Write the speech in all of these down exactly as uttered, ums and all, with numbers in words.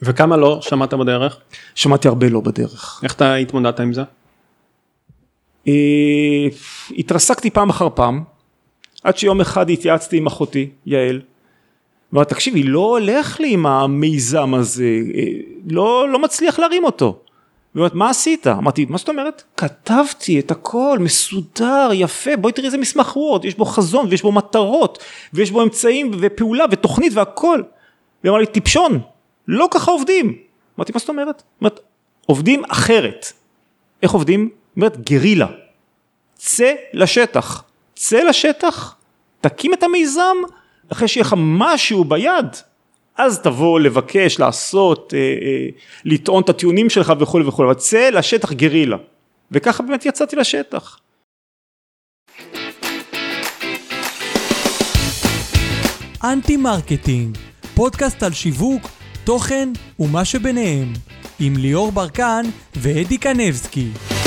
וכמה לא שמעת בדרך? שמעתי הרבה לא בדרך. איך אתה התמודדת עם זה? התרסקתי פעם אחר פעם, עד שיום אחד התייעצתי עם אחותי, יעל, אבל תקשיבי, לא הולך לי עם המיזם הזה, לא, לא מצליח להרים אותו. ואומרת, מה עשית? אמרתי, מה זאת אומרת? כתבתי את הכל, מסודר, יפה, בואי תראי איזה מסמך וורד, יש בו חזון ויש בו מטרות, ויש בו אמצעים ופעולה ותוכנית והכל. ואמר לי, טיפשון, לא ככה עובדים. אמרתי, מה זאת אומרת? אומרת, עובדים אחרת. איך עובדים? אומרת, גרילה. צא לשטח. צא לשטח, תקים את המיזם, אחרי שיהיה לך משהו ביד, אז תבוא לבקש, לעשות, אה, אה, לטעון את הטיעונים שלך וכו' וכו', אבל צא לשטח גרילה. וככה באמת יצאתי לשטח. אנטי מרקטינג, פודקאסט על שיווק, תוכן ומה שביניהם, עם ליאור ברקן ואדי קנבסקי.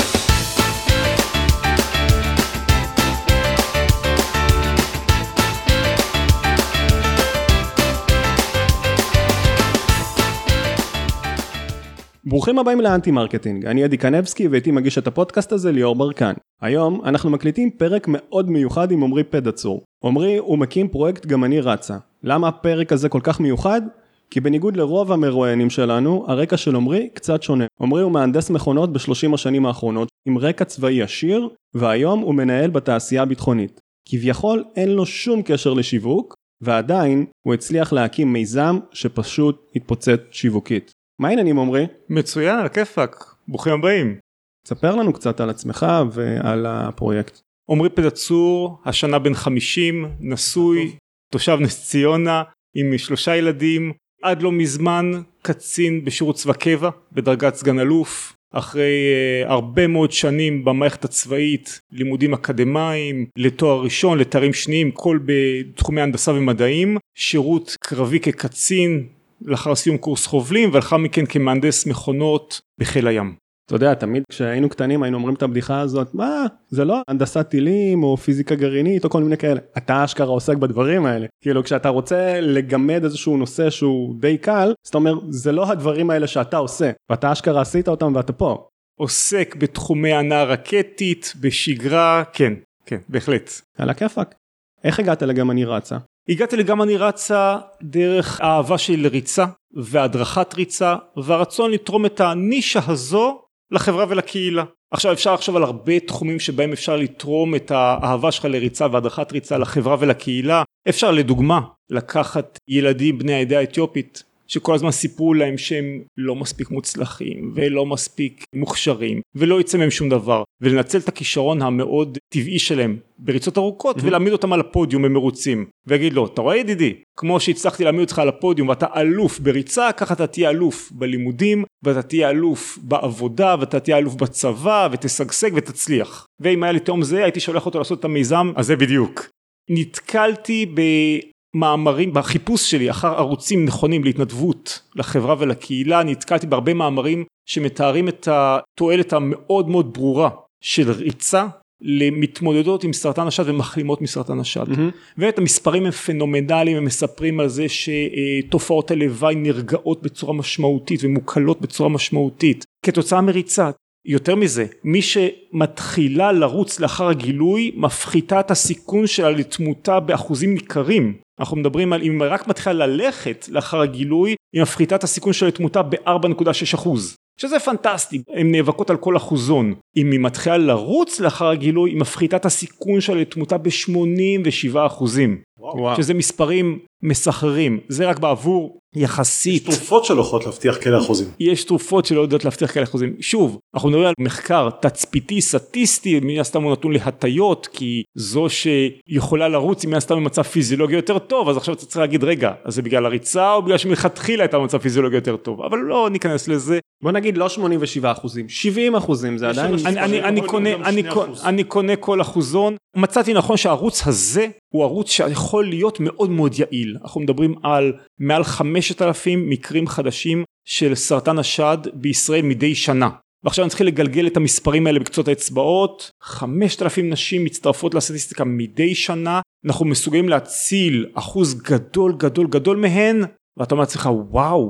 ברוכים הבאים לאנטי מרקטינג, אני אדי קנבסקי ואיתי מגיש את הפודקאסט הזה ליאור ברקן. היום אנחנו מקליטים פרק מאוד מיוחד עם עומרי פדצור. עומרי הוא מקים פרויקט גם אני רצה. למה הפרק הזה כל כך מיוחד? כי בניגוד לרוב המרואיינים שלנו, הרקע של עומרי קצת שונה. עומרי הוא מהנדס מכונות ב-שלושים השנים האחרונות, עם רקע צבאי עשיר, והיום הוא מנהל בתעשייה הביטחונית. כביכול אין לו שום קשר לשיווק, ועדיין הוא הצליח להקים מיזם שפשוט התפוצץ שיווקית. מה העניינים עומרי? מצוין, על הכיפק, ברוכים הבאים. תספר לנו קצת על עצמך ועל הפרויקט. עומרי פדצור, השנה בן חמישים, נשוי, תושב נס ציונה, עם שלושה ילדים, עד לא מזמן קצין בשירות צבא קבע, בדרגת סגן אלוף, אחרי uh, הרבה מאוד שנים במערכת הצבאית, לימודים אקדמיים, לתואר ראשון, לתארים שניים, כל בתחומי הנדסה ומדעים, שירות קרבי כקצין, לאחר סיום קורס חובלים, ולאחר מכן כמהנדס מכונות בחיל הים. אתה יודע, תמיד כשהיינו קטנים היינו אומרים את הבדיחה הזאת, מה, זה לא הנדסת טילים או פיזיקה גרעינית או כל מיני כאלה. אתה אשכרה עוסק בדברים האלה. כאילו כשאתה רוצה לגמד איזשהו נושא שהוא די קל, זאת אומרת, זה לא הדברים האלה שאתה עושה, ואתה אשכרה עשית אותם ואתה פה. עוסק בתחומי הנעה רקטית, בשגרה, כן, כן, בהחלט. על הכיפק. איך הגעת לגם אני רצה? הגעתי לגם אני רצה דרך האהבה שלי לריצה והדרכת ריצה והרצון לתרום את הנישה הזו לחברה ולקהילה. עכשיו אפשר לחשוב על הרבה תחומים שבהם אפשר לתרום את האהבה שלך לריצה והדרכת ריצה לחברה ולקהילה. אפשר לדוגמה לקחת ילדים בני העדה האתיופית שכל הזמן סיפרו להם שהם לא מספיק מוצלחים ולא מספיק מוכשרים ולא יצא מהם שום דבר, ולנצל את הכישרון המאוד טבעי שלהם בריצות ארוכות mm-hmm. ולהעמיד אותם על הפודיום במרוצים ויגיד לו, אתה רואה ידידי, כמו שהצלחתי להעמיד אותך על הפודיום ואתה אלוף בריצה, ככה אתה תהיה אלוף בלימודים ואתה תהיה אלוף בעבודה ואתה תהיה אלוף בצבא ותשגשג ותצליח. ואם היה לי תאום זה הייתי שולח אותו לעשות את המיזם הזה בדיוק. נתקלתי ב... מאמרים, בחיפוש שלי אחר ערוצים נכונים להתנדבות לחברה ולקהילה, נתקלתי בהרבה מאמרים שמתארים את התועלת המאוד מאוד ברורה של ריצה למתמודדות עם סרטן השד ומחלימות מסרטן השד. Mm-hmm. ואת המספרים הם פנומנליים, הם מספרים על זה שתופעות הלוואי נרגעות בצורה משמעותית ומוקלות בצורה משמעותית כתוצאה מריצה. יותר מזה, מי שמתחילה לרוץ לאחר הגילוי מפחיתה את הסיכון שלה לתמותה באחוזים ניכרים. אנחנו מדברים על אם רק מתחילה ללכת לאחר הגילוי, היא מפחיתה את הסיכון שלה לתמותה ב-ארבע נקודה שש אחוז. שזה פנטסטי, הן נאבקות על כל אחוזון. אם היא מתחילה לרוץ לאחר הגילוי, היא מפחיתה את הסיכון שלה לתמותה ב-שמונים ושבעה אחוזים. וואו. שזה מספרים מסחררים. זה רק בעבור יחסית. יש תרופות שלא יכולות להבטיח כאלה אחוזים. יש תרופות שלא יודעות להבטיח כאלה אחוזים. שוב, אנחנו מדברים על מחקר תצפיתי, סטטיסטי, מן הסתם הוא נתון להטיות, כי זו שיכולה לרוץ, מן הסתם במצב פיזיולוגי יותר טוב, אז עכשיו אתה צריך להגיד, רגע, אז זה בגלל הריצה, או בגלל שמלכתחילה הייתה במצב פיזיולוגי יותר טוב, אבל לא ניכנס לזה. בוא נגיד לא שמונים ושבעה אחוזים, שבעים אחוזים, זה עדיין... אני קונה כל אחוזון. מצאתי נכון שהערוץ הזה הוא ערוץ שיכול להיות מאוד מאוד יעיל. אנחנו מדברים על מעל חמשת אלפים מקרים חדשים של סרטן השד בישראל מדי שנה. ועכשיו נתחיל לגלגל את המספרים האלה בקצות האצבעות. חמשת אלפים נשים מצטרפות לסטטיסטיקה מדי שנה. אנחנו מסוגלים להציל אחוז גדול גדול גדול מהן. ואתה אומר לעצמך, וואו,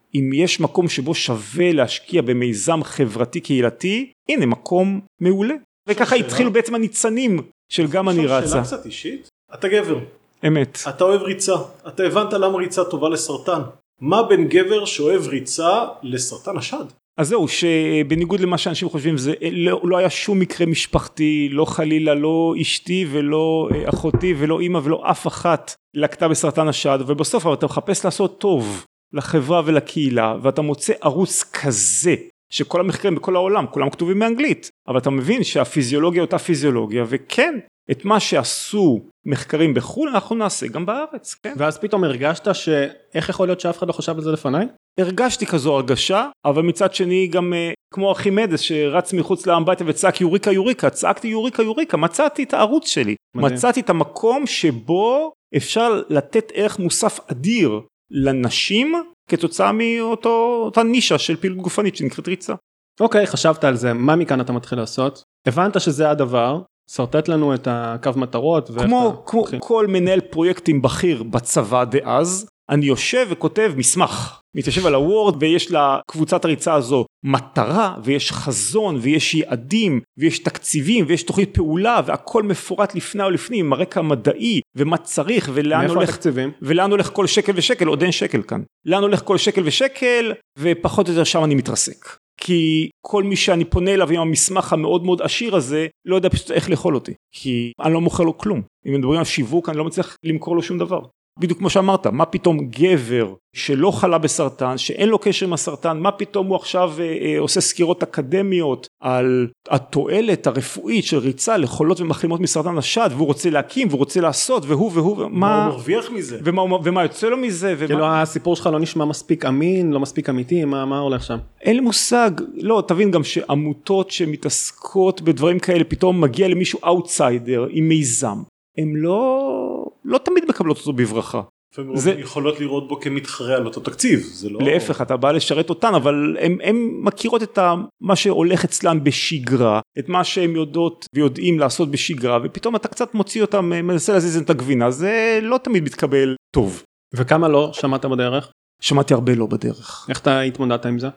אם יש מקום שבו שווה להשקיע במיזם חברתי קהילתי, הנה מקום מעולה. וככה התחילו בעצם הניצנים של גם אני רצה. שאלה קצת אישית, אתה גבר. אמת. אתה אוהב ריצה. אתה הבנת למה ריצה טובה לסרטן. מה בין גבר שאוהב ריצה לסרטן השד? אז זהו, שבניגוד למה שאנשים חושבים, זה לא, לא היה שום מקרה משפחתי, לא חלילה, לא אשתי ולא אחותי ולא אמא ולא אף אחת לקטה בסרטן השד, ובסוף אתה מחפש לעשות טוב לחברה ולקהילה, ואתה מוצא ערוץ כזה, שכל המחקרים בכל העולם, כולם כתובים באנגלית, אבל אתה מבין שהפיזיולוגיה אותה פיזיולוגיה, וכן, את מה שעשו מחקרים בחו"ל, אנחנו נעשה גם בארץ, כן? ואז פתאום הרגשת שאיך יכול להיות שאף אחד לא חשב על זה לפניי? הרגשתי כזו הרגשה, אבל מצד שני גם כמו ארכימדס שרץ מחוץ לאמבטיה וצעק יוריקה יוריקה, צעקתי יוריקה יוריקה, מצאתי את הערוץ שלי, מדהים. מצאתי את המקום שבו אפשר לתת ערך מוסף אדיר לנשים, כתוצאה מאותה נישה של פעילות גופנית שנקראת ריצה. אוקיי, חשבת על זה, מה מכאן אתה מתחיל לעשות? הבנת שזה הדבר, סרטט לנו את הקו מטרות. כמו, כמו כל מנהל פרויקטים בכיר בצבא דאז, אני יושב וכותב מסמך, מתיישב על הוורד ויש לקבוצת הריצה הזו מטרה ויש חזון ויש יעדים ויש תקציבים ויש תוכנית פעולה והכל מפורט לפני או לפנים, הרקע המדעי ומה צריך ולאן הולך, התקציבים? ולאן הולך כל שקל ושקל, עוד אין שקל כאן, לאן הולך כל שקל ושקל ופחות או יותר שם אני מתרסק. כי כל מי שאני פונה אליו עם המסמך המאוד מאוד עשיר הזה, לא יודע פשוט איך לאכול אותי. כי אני לא מוכר לו כלום. אם מדברים על שיווק, אני לא מצליח למכור לו שום דבר. בדיוק כמו שאמרת, מה פתאום גבר שלא חלה בסרטן, שאין לו קשר עם הסרטן, מה פתאום הוא עכשיו אה, אה, עושה סקירות אקדמיות על התועלת הרפואית של ריצה לחולות ומחלימות מסרטן השד, והוא רוצה להקים, והוא רוצה לעשות, והוא והוא, ומה... מה הוא מרוויח מזה? ומה, ומה יוצא לו מזה? ומה... כאילו הסיפור שלך לא נשמע מספיק אמין, לא מספיק אמיתי, מה, מה הולך שם? אין לי מושג, לא, תבין גם שעמותות שמתעסקות בדברים כאלה, פתאום מגיע למישהו אאוטסיידר עם מיזם. הם לא, לא תמיד מקבלות אותו בברכה. זה יכולות לראות בו כמתחרה על אותו תקציב, זה לא... להפך, אתה בא לשרת אותן, אבל הם, הם מכירות את מה שהולך אצלם בשגרה, את מה שהם יודעות ויודעים לעשות בשגרה, ופתאום אתה קצת מוציא אותם, מנסה להזיז את הגבינה, זה לא תמיד מתקבל טוב. וכמה לא שמעת בדרך? שמעתי הרבה לא בדרך. איך אתה התמודדת עם זה?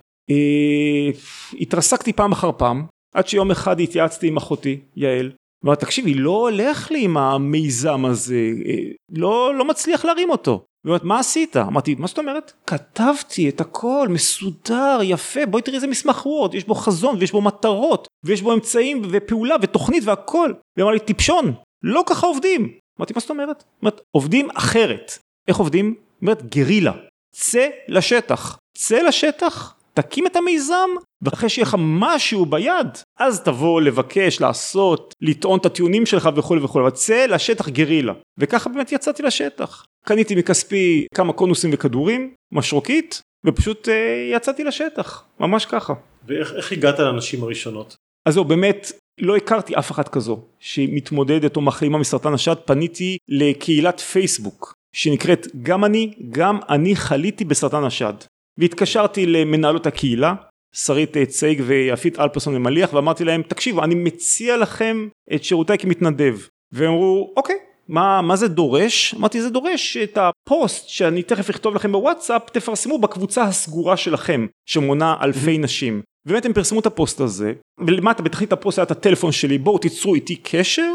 אה, התרסקתי פעם אחר פעם, עד שיום אחד התייעצתי עם אחותי, יעל, אבל תקשיבי, לא הולך לי עם המיזם הזה, לא, לא מצליח להרים אותו. ואומרת, מה עשית? אמרתי, מה זאת אומרת? כתבתי את הכל, מסודר, יפה, בואי תראי איזה מסמך וורד, יש בו חזון ויש בו מטרות, ויש בו אמצעים ופעולה ותוכנית והכל. ואמר לי, טיפשון, לא ככה עובדים. אמרתי, מה זאת אומרת? אומרת, עובדים אחרת. איך עובדים? אומרת, גרילה. צא לשטח. צא לשטח, תקים את המיזם, ואחרי שיהיה לך משהו ביד, אז תבוא לבקש, לעשות, לטעון את הטיעונים שלך וכו' וכו'. אבל צא לשטח גרילה. וככה באמת יצאתי לשטח. קניתי מכספי כמה קונוסים וכדורים, משרוקית, ופשוט אה, יצאתי לשטח. ממש ככה. ואיך איך הגעת לאנשים הראשונות? אז זהו, באמת לא הכרתי אף אחת כזו, שמתמודדת או מחלימה מסרטן השד. פניתי לקהילת פייסבוק, שנקראת גם אני, גם אני חליתי בסרטן השד. והתקשרתי למנהלות הקהילה, שרית צייג ויפית אלפסון ממליח, ואמרתי להם, תקשיבו, אני מציע לכם את שירותיי כמתנדב. והם אמרו, אוקיי, מה, מה זה דורש? אמרתי, זה דורש את הפוסט שאני תכף אכתוב לכם בוואטסאפ, תפרסמו בקבוצה הסגורה שלכם, שמונה אלפי נשים. באמת הם פרסמו את הפוסט הזה, ולמטה בתחילת הפוסט היה את הטלפון שלי, בואו תיצרו איתי קשר,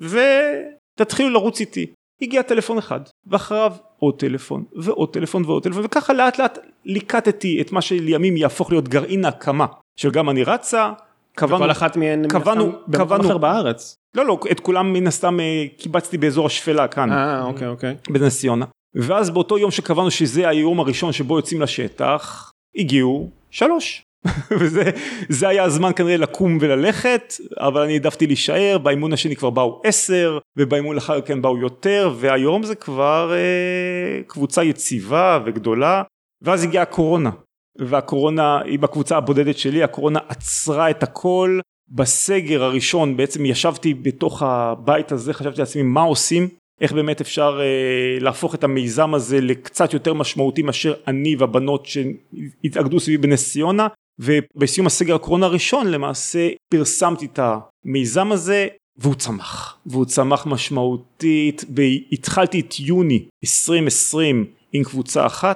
ותתחילו לרוץ איתי. הגיע טלפון אחד, ואחריו עוד טלפון, ועוד טלפון ועוד טלפון, וככה לאט לאט ליקטתי את מה שלימים יהפוך להיות גרעין ההקמה, של גם אני רצה, קבענו, וכל אחת מהן קבענו, במקום אחר בארץ. לא, לא, את כולם מן הסתם קיבצתי באזור השפלה כאן. אה, אוקיי, אוקיי. בנס ציונה. ואז באותו יום שקבענו שזה היום הראשון שבו יוצאים לשטח, הגיעו שלוש. וזה זה היה הזמן כנראה לקום וללכת, אבל אני העדפתי להישאר. באימון השני כבר באו עשר, ובאימון לאחר כן באו יותר, והיום זה כבר אה, קבוצה יציבה וגדולה. ואז הגיעה הקורונה, והקורונה היא בקבוצה הבודדת שלי, הקורונה עצרה את הכל. בסגר הראשון בעצם ישבתי בתוך הבית הזה, חשבתי לעצמי מה עושים, איך באמת אפשר אה, להפוך את המיזם הזה לקצת יותר משמעותי מאשר אני והבנות שהתאגדו סביבי בנס ציונה. ובסיום הסגר הקורונה הראשון למעשה פרסמתי את המיזם הזה, והוא צמח, והוא צמח משמעותית. והתחלתי את יוני עשרים עשרים עם קבוצה אחת,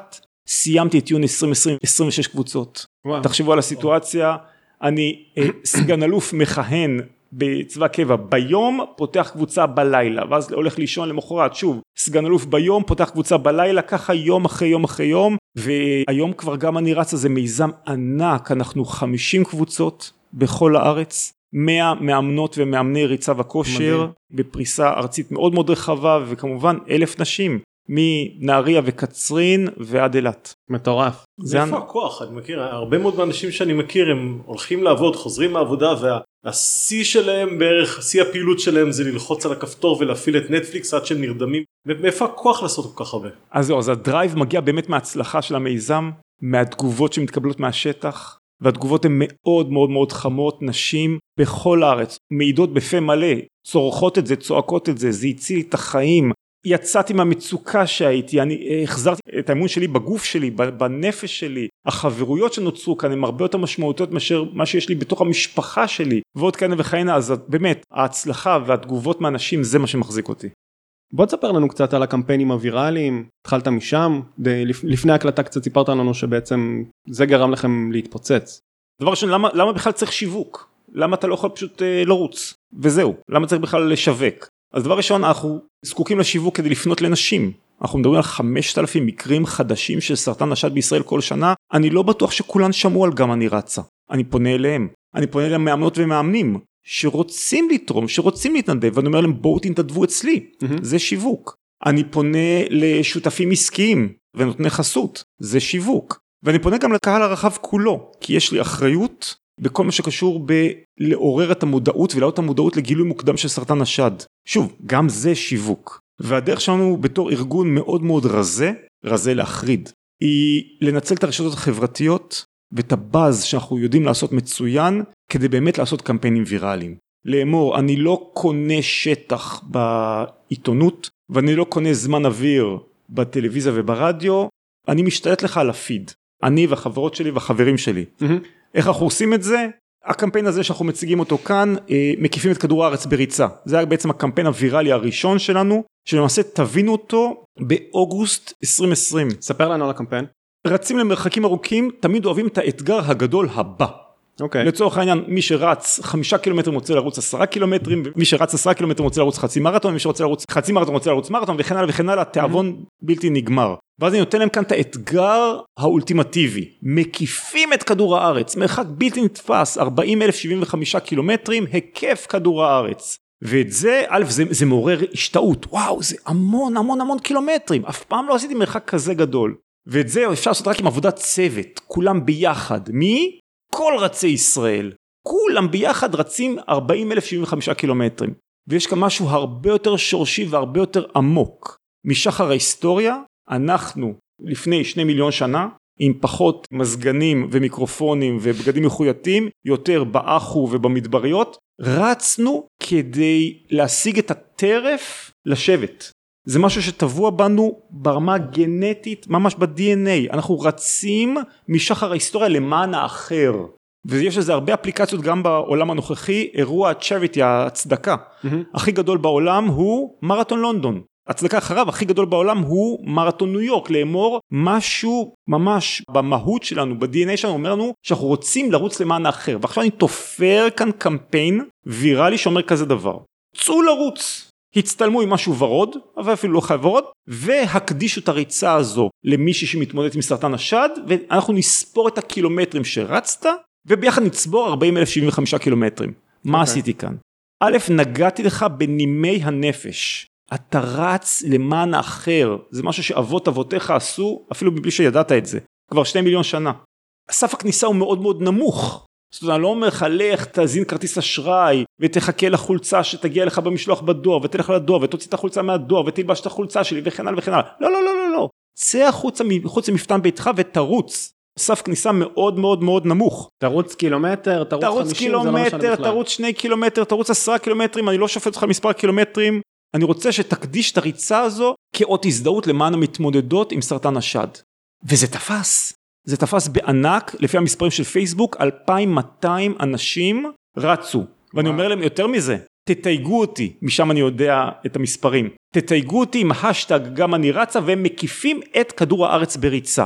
סיימתי את יוני עשרים עשרים, עשרים ושש קבוצות. וואו. תחשבו על הסיטואציה, אני סגן אלוף מכהן בצבא קבע ביום, פותח קבוצה בלילה, ואז הולך לישון למחרת, שוב, סגן אלוף ביום, פותח קבוצה בלילה, ככה יום אחרי יום אחרי יום, והיום כבר גם אני רץ, זה מיזם ענק, אנחנו חמישים קבוצות בכל הארץ, מאה מאמנות ומאמני ריצה וכושר, מדהים. בפריסה ארצית מאוד מאוד רחבה, וכמובן אלף נשים, מנהריה וקצרין ועד אילת. מטורף. זה איפה הכוח? אני מכיר, הרבה מאוד מהאנשים שאני מכיר, הם הולכים לעבוד, חוזרים מהעבודה, והשיא שלהם בערך, השיא הפעילות שלהם זה ללחוץ על הכפתור ולהפעיל את נטפליקס עד שהם נרדמים. מאיפה הכוח לעשות כל כך הרבה? אז זהו, אז הדרייב מגיע באמת מההצלחה של המיזם, מהתגובות שמתקבלות מהשטח, והתגובות הן מאוד מאוד מאוד חמות, נשים בכל הארץ, מעידות בפה מלא, צורכות את זה, צועקות את זה, זה הציל את החיים, יצאתי מהמצוקה שהייתי, אני החזרתי את האמון שלי בגוף שלי, בנפש שלי, החברויות שנוצרו כאן הן הרבה יותר משמעותיות מאשר מה שיש לי בתוך המשפחה שלי, ועוד כהנה וכהנה, אז באמת, ההצלחה והתגובות מהאנשים זה מה שמחזיק אותי. בוא תספר לנו קצת על הקמפיינים הוויראליים, התחלת משם, לפני הקלטה קצת סיפרת לנו שבעצם זה גרם לכם להתפוצץ. דבר ראשון, למה, למה בכלל צריך שיווק? למה אתה לא יכול פשוט אה, לרוץ? וזהו, למה צריך בכלל לשווק? אז דבר ראשון, אנחנו זקוקים לשיווק כדי לפנות לנשים. אנחנו מדברים על חמשת אלפים מקרים חדשים של סרטן השד בישראל כל שנה. אני לא בטוח שכולן שמעו על גם אני רצה. אני פונה אליהם. אני פונה אליהם מאמנות ומאמנים שרוצים לתרום, שרוצים להתנדב, ואני אומר להם בואו תנתדבו אצלי. Mm-hmm. זה שיווק. אני פונה לשותפים עסקיים ונותני חסות. זה שיווק. ואני פונה גם לקהל הרחב כולו, כי יש לי אחריות בכל מה שקשור בלעורר את המודעות ולהעלות את המודעות לגילוי מוקדם של סרטן השד. שוב, גם זה שיווק. והדרך שלנו בתור ארגון מאוד מאוד רזה, רזה להחריד, היא לנצל את הרשתות החברתיות ואת הבאז שאנחנו יודעים לעשות מצוין, כדי באמת לעשות קמפיינים ויראליים. לאמור, אני לא קונה שטח בעיתונות, ואני לא קונה זמן אוויר בטלוויזיה וברדיו, אני משתלט לך על הפיד. אני והחברות שלי והחברים שלי. Mm-hmm. איך אנחנו עושים את זה? הקמפיין הזה שאנחנו מציגים אותו כאן, אה, מקיפים את כדור הארץ בריצה. זה היה בעצם הקמפיין הוויראלי הראשון שלנו, שלמעשה תבינו אותו באוגוסט עשרים עשרים. ספר לנו על הקמפיין. רצים למרחקים ארוכים, תמיד אוהבים את האתגר הגדול הבא. אוקיי. לצורך העניין, מי שרץ חמישה קילומטרים רוצה לרוץ עשרה קילומטרים, ומי שרץ עשרה קילומטרים רוצה לרוץ חצי מרתון, ומי שרוצה לרוץ חצי מרתון רוצה לרוץ מרתון, וכן הלאה וכן הלאה, תיאבון בלתי נגמר. ואז אני נותן להם כאן את האתגר האולטימטיבי. מקיפים את כדור הארץ, מרחק בלתי נתפס, ארבעים אלף שבעים וחמישה קילומטרים, היקף כדור הארץ. ואת זה, א', זה, זה מעורר השתאות. וואו, זה המון המון המון קילומטרים. אף פעם לא עשיתי מרחק כזה גדול. ואת זה אפשר לעשות רק עם עבודת צוות, כולם ביחד. מי? כל רצי ישראל. כולם ביחד רצים ארבעים אלף שבעים וחמישה קילומטרים. ויש כאן משהו הרבה יותר שורשי והרבה יותר עמוק. משחר ההיסטוריה, אנחנו לפני שני מיליון שנה, עם פחות מזגנים ומיקרופונים ובגדים מחויטים, יותר באחו ובמדבריות, רצנו כדי להשיג את הטרף לשבט. זה משהו שטבוע בנו ברמה גנטית, ממש ב-די אן איי. אנחנו רצים משחר ההיסטוריה למען האחר. ויש לזה הרבה אפליקציות גם בעולם הנוכחי. אירוע הצ'ריטי, הצדקה, mm-hmm. הכי גדול בעולם הוא מרתון לונדון. הצדקה אחריו הכי גדול בעולם הוא מרתון ניו יורק. לאמור משהו ממש במהות שלנו, ב-די אן איי שלנו, אומר לנו שאנחנו רוצים לרוץ למען האחר. ועכשיו אני תופר כאן קמפיין ויראלי שאומר כזה דבר. צאו לרוץ. הצטלמו עם משהו ורוד, אבל אפילו לא חייב ורוד, והקדישו את הריצה הזו למישהי שמתמודדת עם סרטן השד, ואנחנו נספור את הקילומטרים שרצת, וביחד נצבור ארבעים אלף שבעים וחמישה קילומטרים. מה עשיתי כאן? א', נגעתי לך בנימי הנפש. אתה רץ למען האחר. זה משהו שאבות אבותיך עשו, אפילו מבלי שידעת את זה. כבר שני מיליון שנה. סף הכניסה הוא מאוד מאוד נמוך. זאת אומרת, אני לא אומר לך, לך, תזין כרטיס אשראי, ותחכה לחולצה שתגיע לך במשלוח בדואר, ותלך לדואר, ותוציא את החולצה מהדואר, ותלבש את החולצה שלי, וכן הלאה וכן הלאה. לא, לא, לא, לא, לא. צא החוצה מחוץ למפתן ביתך ותרוץ. סף כניסה מאוד מאוד מאוד נמוך. תרוץ קילומטר, תרוץ חמישים, זה לא משנה בכלל. תרוץ שני קילומטר, תרוץ עשרה קילומטרים, אני לא שופט אותך מספר קילומטרים. אני רוצה שתקדיש את הריצה הזו כאות הזדהות למען המתמודדות עם סרטן השד. וזה תפס. זה תפס בענק, לפי המספרים של פייסבוק, אלפיים ומאתיים אנשים רצו. ואני אומר להם יותר מזה, תתייגו אותי, משם אני יודע את המספרים. תתייגו אותי עם השטג גם אני רצה, והם מקיפים את כדור הארץ בריצה.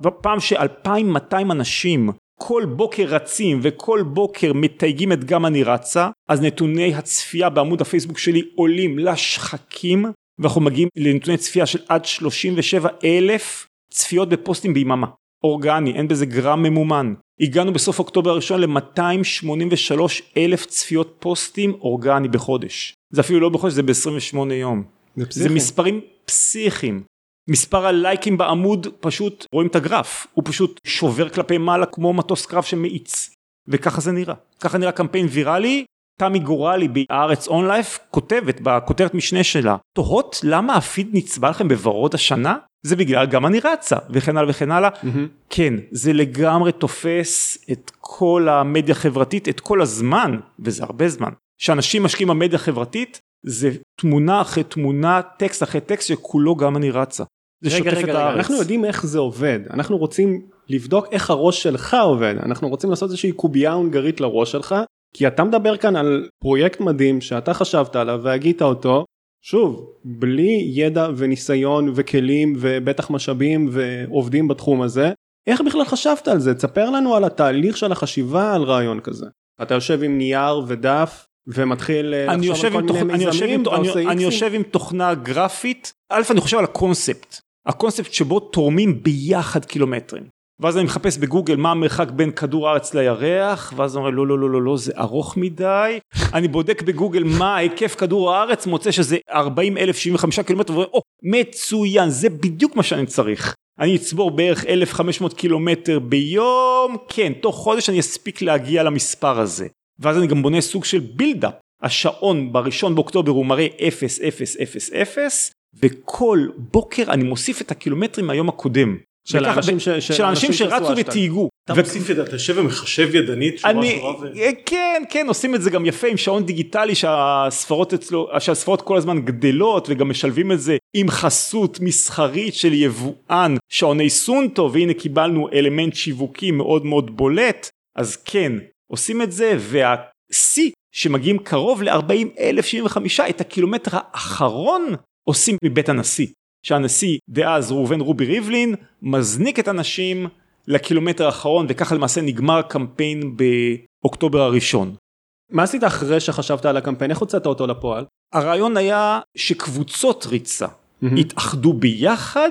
פעם ש-אלפיים ומאתיים אנשים כל בוקר רצים וכל בוקר מתייגים את גם אני רצה, אז נתוני הצפייה בעמוד הפייסבוק שלי עולים לשחקים, ואנחנו מגיעים לנתוני צפייה של עד שלושים ושבעה אלף צפיות בפוסטים ביממה. אורגני, אין בזה גרם ממומן. הגענו בסוף אוקטובר הראשון ל-מאתיים שמונים ושלושה אלף צפיות פוסטים אורגני בחודש. זה אפילו לא בחודש, זה ב-עשרים ושמונה יום. זה, זה מספרים פסיכיים. מספר הלייקים בעמוד פשוט, רואים את הגרף, הוא פשוט שובר כלפי מעלה כמו מטוס קרב שמאיץ. וככה זה נראה. ככה נראה קמפיין ויראלי. תמי גורלי בארץ אונלייף כותבת בכותרת משנה שלה, תוהות למה הפיד נצבע לכם בוורוד השנה? זה בגלל גם אני רצה, וכן הלאה וכן הלאה. Mm-hmm. כן, זה לגמרי תופס את כל המדיה החברתית, את כל הזמן, וזה הרבה זמן. שאנשים משקיעים במדיה החברתית, זה תמונה אחרי תמונה, טקסט אחרי טקסט, שכולו גם אני רצה. זה רגע, שוטף רגע, את רגע, הארץ. אנחנו יודעים איך זה עובד, אנחנו רוצים לבדוק איך הראש שלך עובד, אנחנו רוצים לעשות איזושהי קובייה הונגרית לראש שלך, כי אתה מדבר כאן על פרויקט מדהים שאתה חשבת עליו והגית אותו, שוב, בלי ידע וניסיון וכלים ובטח משאבים ועובדים בתחום הזה, איך בכלל חשבת על זה? תספר לנו על התהליך של החשיבה על רעיון כזה. אתה יושב עם נייר ודף ומתחיל לחשוב על כל מיני מיזמים, אני יושב עם תוכנה גרפית, א' אני חושב על הקונספט, הקונספט שבו תורמים ביחד קילומטרים. ואז אני מחפש בגוגל מה המרחק בין כדור הארץ לירח, ואז אני אומר, לא, לא, לא, לא, לא, זה ארוך מדי. אני בודק בגוגל מה היקף כדור הארץ, מוצא שזה ארבעים אלף שבעים וחמישה קילומטר, ואומר, או, מצוין, זה בדיוק מה שאני צריך. אני אצבור בערך אלף וחמש מאות קילומטר ביום, כן, תוך חודש אני אספיק להגיע למספר הזה. ואז אני גם בונה סוג של בילדאפ. השעון בראשון באוקטובר הוא מראה אפס אפס אפס אפס, וכל בוקר אני מוסיף את הקילומטרים מהיום הקודם. של האנשים ש- של, של אנשים שרצו ותהיגו. אתה מוסיף את זה, אתה יושב ומחשב ידנית שורה אני, שורה ו... כן, כן, עושים את זה גם יפה עם שעון דיגיטלי שהספרות אצלו, שהספרות כל הזמן גדלות וגם משלבים את זה עם חסות מסחרית של יבואן שעוני סונטו, והנה קיבלנו אלמנט שיווקי מאוד מאוד בולט, אז כן, עושים את זה, וה-C שמגיעים קרוב ל-ארבעים אלף שבעים וחמישה, את הקילומטר האחרון עושים מבית הנשיא. שהנשיא דאז ראובן רובי ריבלין מזניק את אנשים לקילומטר האחרון, וככה למעשה נגמר הקמפיין באוקטובר הראשון. מה עשית אחרי שחשבת על הקמפיין? איך הוצאת אותו לפועל? הרעיון היה שקבוצות ריצה mm-hmm. יתאחדו ביחד,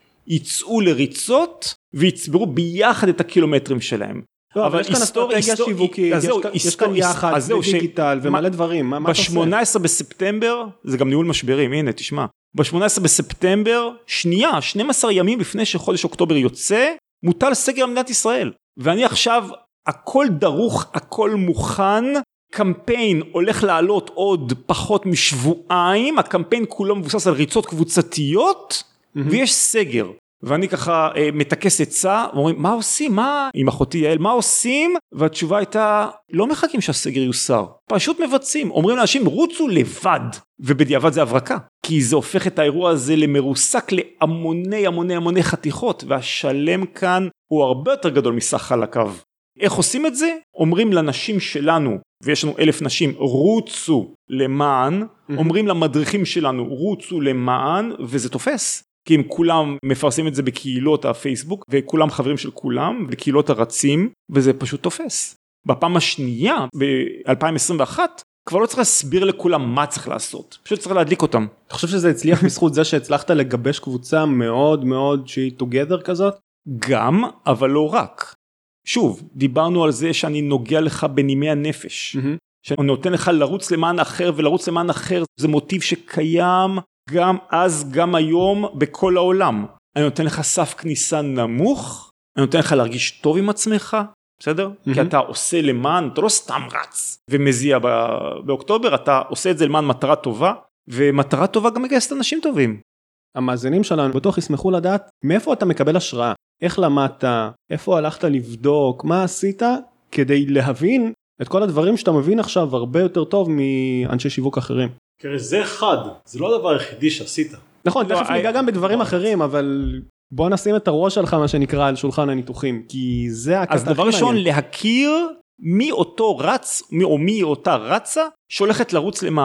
יצאו לריצות ויצברו ביחד את הקילומטרים שלהם. לא, אבל יש כאן אסטרטגיה שיווקית, יש כאן יחד ודיגיטל ומלא דברים. ב-שמונה עשרה בספטמבר, זה גם ניהול משברים, הנה תשמע. ב-שמונה עשרה בספטמבר, שנייה, שנים עשר ימים לפני שחודש אוקטובר יוצא, מוטל סגר על מדינת ישראל. ואני עכשיו, הכל דרוך, הכל מוכן, קמפיין הולך לעלות עוד פחות משבועיים, הקמפיין כולו מבוסס על ריצות קבוצתיות, mm-hmm. ויש סגר. ואני ככה אה, מתקס עצה, ואומרים, מה עושים? מה? עם אחותי יעל, מה עושים? והתשובה הייתה, לא מחכים שהסגר יוסר, פשוט מבצעים. אומרים לאנשים, רוצו לבד. ובדיעבד זה הברקה, כי זה הופך את האירוע הזה למרוסק להמוני המוני המוני חתיכות, והשלם כאן הוא הרבה יותר גדול מסך חלקיו. איך עושים את זה? אומרים לנשים שלנו, ויש לנו אלף נשים, רוצו למען, mm-hmm. אומרים למדריכים שלנו, רוצו למען, וזה תופס. כי הם כולם מפרסמים את זה בקהילות הפייסבוק, וכולם חברים של כולם, בקהילות הרצים, וזה פשוט תופס. בפעם השנייה, ב-אלפיים עשרים ואחת, כבר לא צריך להסביר לכולם מה צריך לעשות, פשוט צריך להדליק אותם. אתה חושב שזה הצליח בזכות זה שהצלחת לגבש קבוצה מאוד מאוד שהיא together כזאת? גם, אבל לא רק. שוב, דיברנו על זה שאני נוגע לך בנימי הנפש, mm-hmm. שאני נותן לך לרוץ למען אחר, ולרוץ למען אחר, זה מוטיב שקיים גם אז, גם היום, בכל העולם. אני נותן לך סף כניסה נמוך, אני נותן לך להרגיש טוב עם עצמך, בסדר? Mm-hmm. כי אתה עושה למען, אתה לא סתם רץ ומזיע באוקטובר, אתה עושה את זה למען מטרה טובה, ומטרה טובה גם מגייסת אנשים טובים. המאזינים שלנו בטוח ישמחו לדעת מאיפה אתה מקבל השראה, איך למדת, איפה הלכת לבדוק, מה עשית, כדי להבין את כל הדברים שאתה מבין עכשיו הרבה יותר טוב מאנשי שיווק אחרים. כרי זה אחד, זה לא הדבר היחידי שעשית. נכון, תכף ניגע גם בדברים אחרים, אבל בוא נשים את הראש שלך מה שנקרא על שולחן הניתוחים, כי זה הקטע הכי מעניין. אז דבר ראשון, להכיר מי אותו רץ, או מי אותה רצה, שהולכת לרוץ למעני.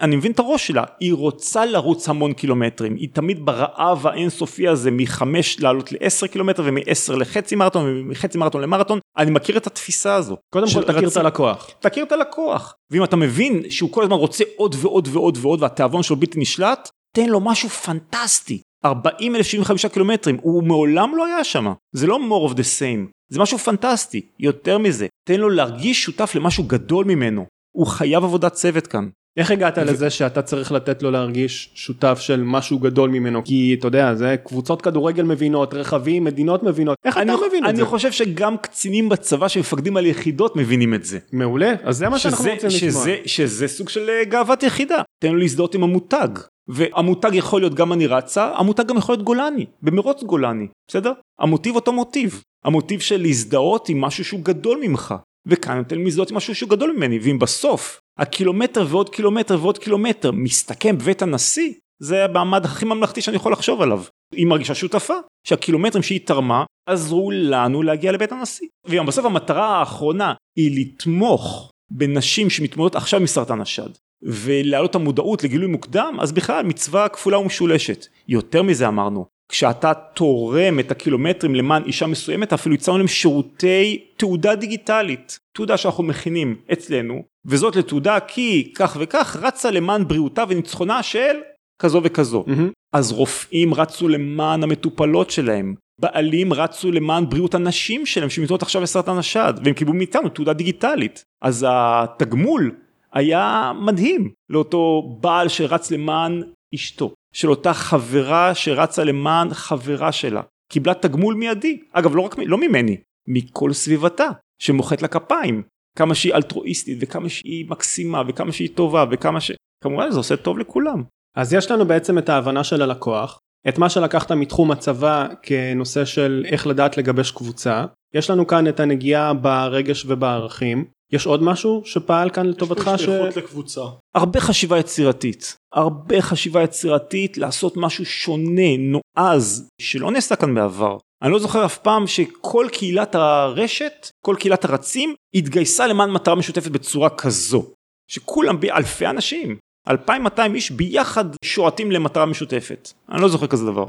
אני מבין את הראש שלה, היא רוצה לרוץ המון קילומטרים, היא תמיד ברעב האינסופי הזה, מחמש לעלות לעשר קילומטר, ומעשר לחצי מרתון, ומחצי מרתון למרתון, אני מכיר את התפיסה הזו. קודם כל תכיר את הלקוח. תכיר את הלקוח. ואם אתה מבין שהוא כל הזמן רוצה עוד ועוד ועוד ועוד, והתאבון שלו בלתי נשלט, תן לו משהו פנטסטי. ארבעים אלף שבעים וחמישה קילומטרים, הוא מעולם לא היה שם. זה לא more of the same. זה משהו פנטסטי. יותר מזה, תן לו להרגיש שותף למשהו גדול ממנו. הוא חייב עבודת צוות כאן. איך הגעת לזה שאתה צריך לתת לו להרגיש שותף של משהו גדול ממנו? כי אתה יודע, זה קבוצות כדורגל מבינות, רכבים, מדינות מבינות. איך אתה מבין את זה? אני חושב שגם קצינים בצבא שמפקדים על יחידות מבינים את זה. מעולה, אז זה מה שאנחנו רוצים לשמוע. שזה סוג של גאוות יחידה. תן לו להזדהות עם המותג. והמותג יכול להיות גם אני רצה, המותג גם יכול להיות גולני, במרוץ גולני, בסדר? המוטיב אותו מוטיב. המוטיב של להזדהות עם משהו שהוא גדול ממך. וכאן נותן להזדהות עם משהו שהוא גדול ממני. ואם בסוף הקילומטר ועוד קילומטר ועוד קילומטר מסתכם בבית הנשיא, זה המעמד הכי ממלכתי שאני יכול לחשוב עליו. היא מרגישה שותפה, שהקילומטרים שהיא תרמה, עזרו לנו להגיע לבית הנשיא. וגם בסוף המטרה האחרונה היא לתמוך בנשים שמתמודדות עכשיו מסרטן השד, ולהעלות המודעות לגילוי מוקדם, אז בכלל מצווה כפולה ומשולשת. יותר מזה אמרנו, כשאתה תורם את הקילומטרים למען אישה מסוימת, אפילו יצאנו להם שירותי תעודה דיגיטלית, תעודה שאנחנו מכינים אצלנו, וזאת לתעודה כי כך וכך רצה למען בריאותה וניצחונה של כזו וכזו. Mm-hmm. אז רופאים רצו למען המטופלות שלהם, בעלים רצו למען בריאות הנשים שלהם שמתמודדות עכשיו בסרטן השד, והם קיבלו מאיתנו תעודה דיגיטלית. אז התגמול היה מדהים לאותו בעל שרץ למען אשתו, של אותה חברה שרצה למען חברה שלה. קיבלה תגמול מיידי. אגב, לא רק לא ממני, מכל סביבתה, שמוחאת לה כפיים. כמה שהיא אלטרואיסטית, וכמה שהיא מקסימה, וכמה שהיא טובה, וכמה ש... כמובן, זה עושה טוב לכולם. אז יש לנו בעצם את ההבנה של הלקוח, את מה שלקחת מתחום הצבא כנושא של איך לדעת לגבש קבוצה. יש לנו כאן את הנגיעה ברגש ובערכים. יש עוד משהו שפעל כאן לטובתך? יש שייכות לקבוצה. הרבה חשיבה יצירתית. הרבה חשיבה יצירתית לעשות משהו שונה, נועז, שלא נעשה כאן בעבר. אני לא זוכר אף פעם שכל קהילת הרשת, כל קהילת הרצים, התגייסה למען מטרה משותפת בצורה כזו. שכולם באלפי אנשים, אלפיים מאתיים איש ביחד שועטים למטרה משותפת. אני לא זוכר כזה דבר.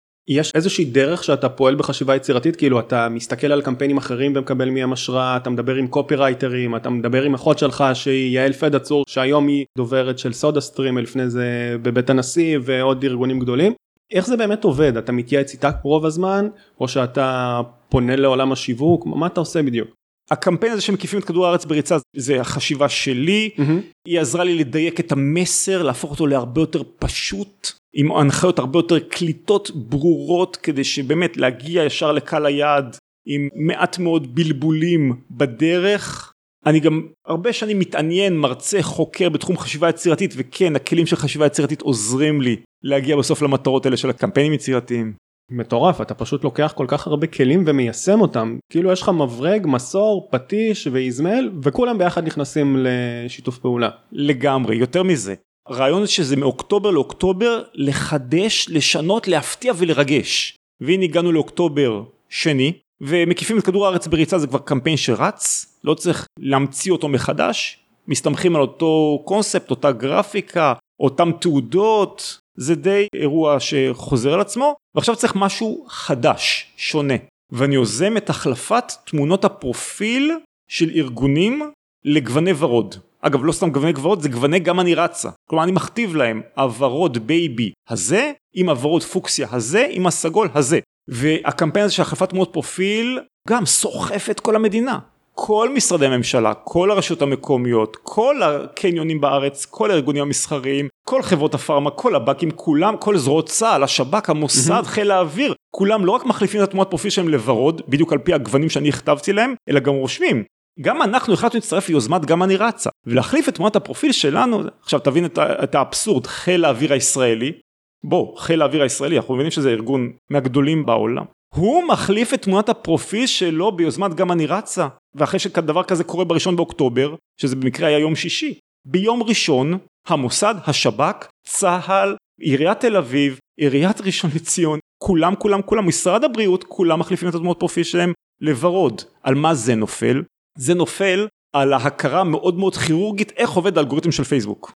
יש איזושהי דרך שאתה פועל בחשיבה יצירתית, כאילו אתה מסתכל על קמפיינים אחרים ומקבל מהם השראה, אתה מדבר עם קופירייטרים, אתה מדבר עם אחות שלך שהיא יעל פדה צור, שהיום היא דוברת של סודה סטרים, לפני זה בבית הנשיא ועוד ארגונים גדולים. איך זה באמת עובד? אתה מתייעץ איתה רוב הזמן, או שאתה פונה לעולם השיווק? מה אתה עושה בדיוק? הקמפיין הזה שמקיפים את כדור הארץ בריצה, זה החשיבה שלי, mm-hmm. היא עזרה לי לדייק את המסר, להפוך אותו להרבה יותר פשוט, עם הנחיות הרבה יותר קליטות ברורות, כדי שבאמת להגיע ישר לקהל היעד, עם מעט מאוד בלבולים בדרך. אני גם הרבה שנים מתעניין, מרצה, חוקר בתחום חשיבה יצירתית, וכן, הכלים של חשיבה יצירתית עוזרים לי להגיע בסוף למטרות האלה של הקמפיינים יצירתיים. מטורף, אתה פשוט לוקח כל כך הרבה כלים ומיישם אותם, כאילו יש לך מברג, מסור, פטיש ואיזמל, וכולם ביחד נכנסים לשיתוף פעולה. לגמרי, יותר מזה. הרעיון שזה מאוקטובר לאוקטובר, לחדש, לשנות, להפתיע ולרגש. והנה הגענו לאוקטובר שני, ומקיפים את כדור הארץ בריצה, זה כבר קמפיין שרץ, לא צריך להמציא אותו מחדש, מסתמכים על אותו קונספט, אותה גרפיקה, אותם תעודות, זה די אירוע שחוזר על עצמו, ועכשיו צריך משהו חדש, שונה. ואני יוזם את החלפת תמונות הפרופיל של ארגונים לגווני ורוד. אגב, לא סתם גווני ורוד, זה גווני גם אני רצה. כלומר, אני מכתיב להם הוורוד בייבי הזה, עם הוורוד פוקסיה הזה, עם הסגול הזה. והקמפיין הזה של החלפת תמונות פרופיל, גם סוחף את כל המדינה. כל משרדי הממשלה, כל הרשויות המקומיות, כל הקניונים בארץ, כל הארגונים המסחריים, כל חברות הפארמה, כל הבנקים, כולם, כל זרועות צה"ל, השב"כ, המוסד, חיל האוויר, כולם לא רק מחליפים את התמונת פרופיל שלהם לוורוד, בדיוק על פי הגוונים שאני הכתבתי להם, אלא גם רושמים. גם אנחנו החלטנו להצטרף ליוזמת גם אני רצה, ולהחליף את תמונת הפרופיל שלנו, עכשיו תבין את, את האבסורד, חיל האוויר הישראלי, בוא, חיל האוויר הישראלי, אנחנו מבינים שזה ארגון מהגדולים בעולם. הוא מחליף את תמונת הפרופיל שלו ביוזמת גם אני רצה, ואחרי שדבר כזה קורה בראשון באוקטובר, שזה במקרה היה יום שישי, ביום ראשון, המוסד, השב"כ, צה"ל, עיריית תל אביב, עיריית ראשון לציון, כולם, כולם, כולם, משרד הבריאות, כולם מחליפים את התמונת פרופיל שלהם לוורוד. על מה זה נופל? זה נופל על ההכרה מאוד מאוד כירורגית איך עובד האלגוריתם של פייסבוק.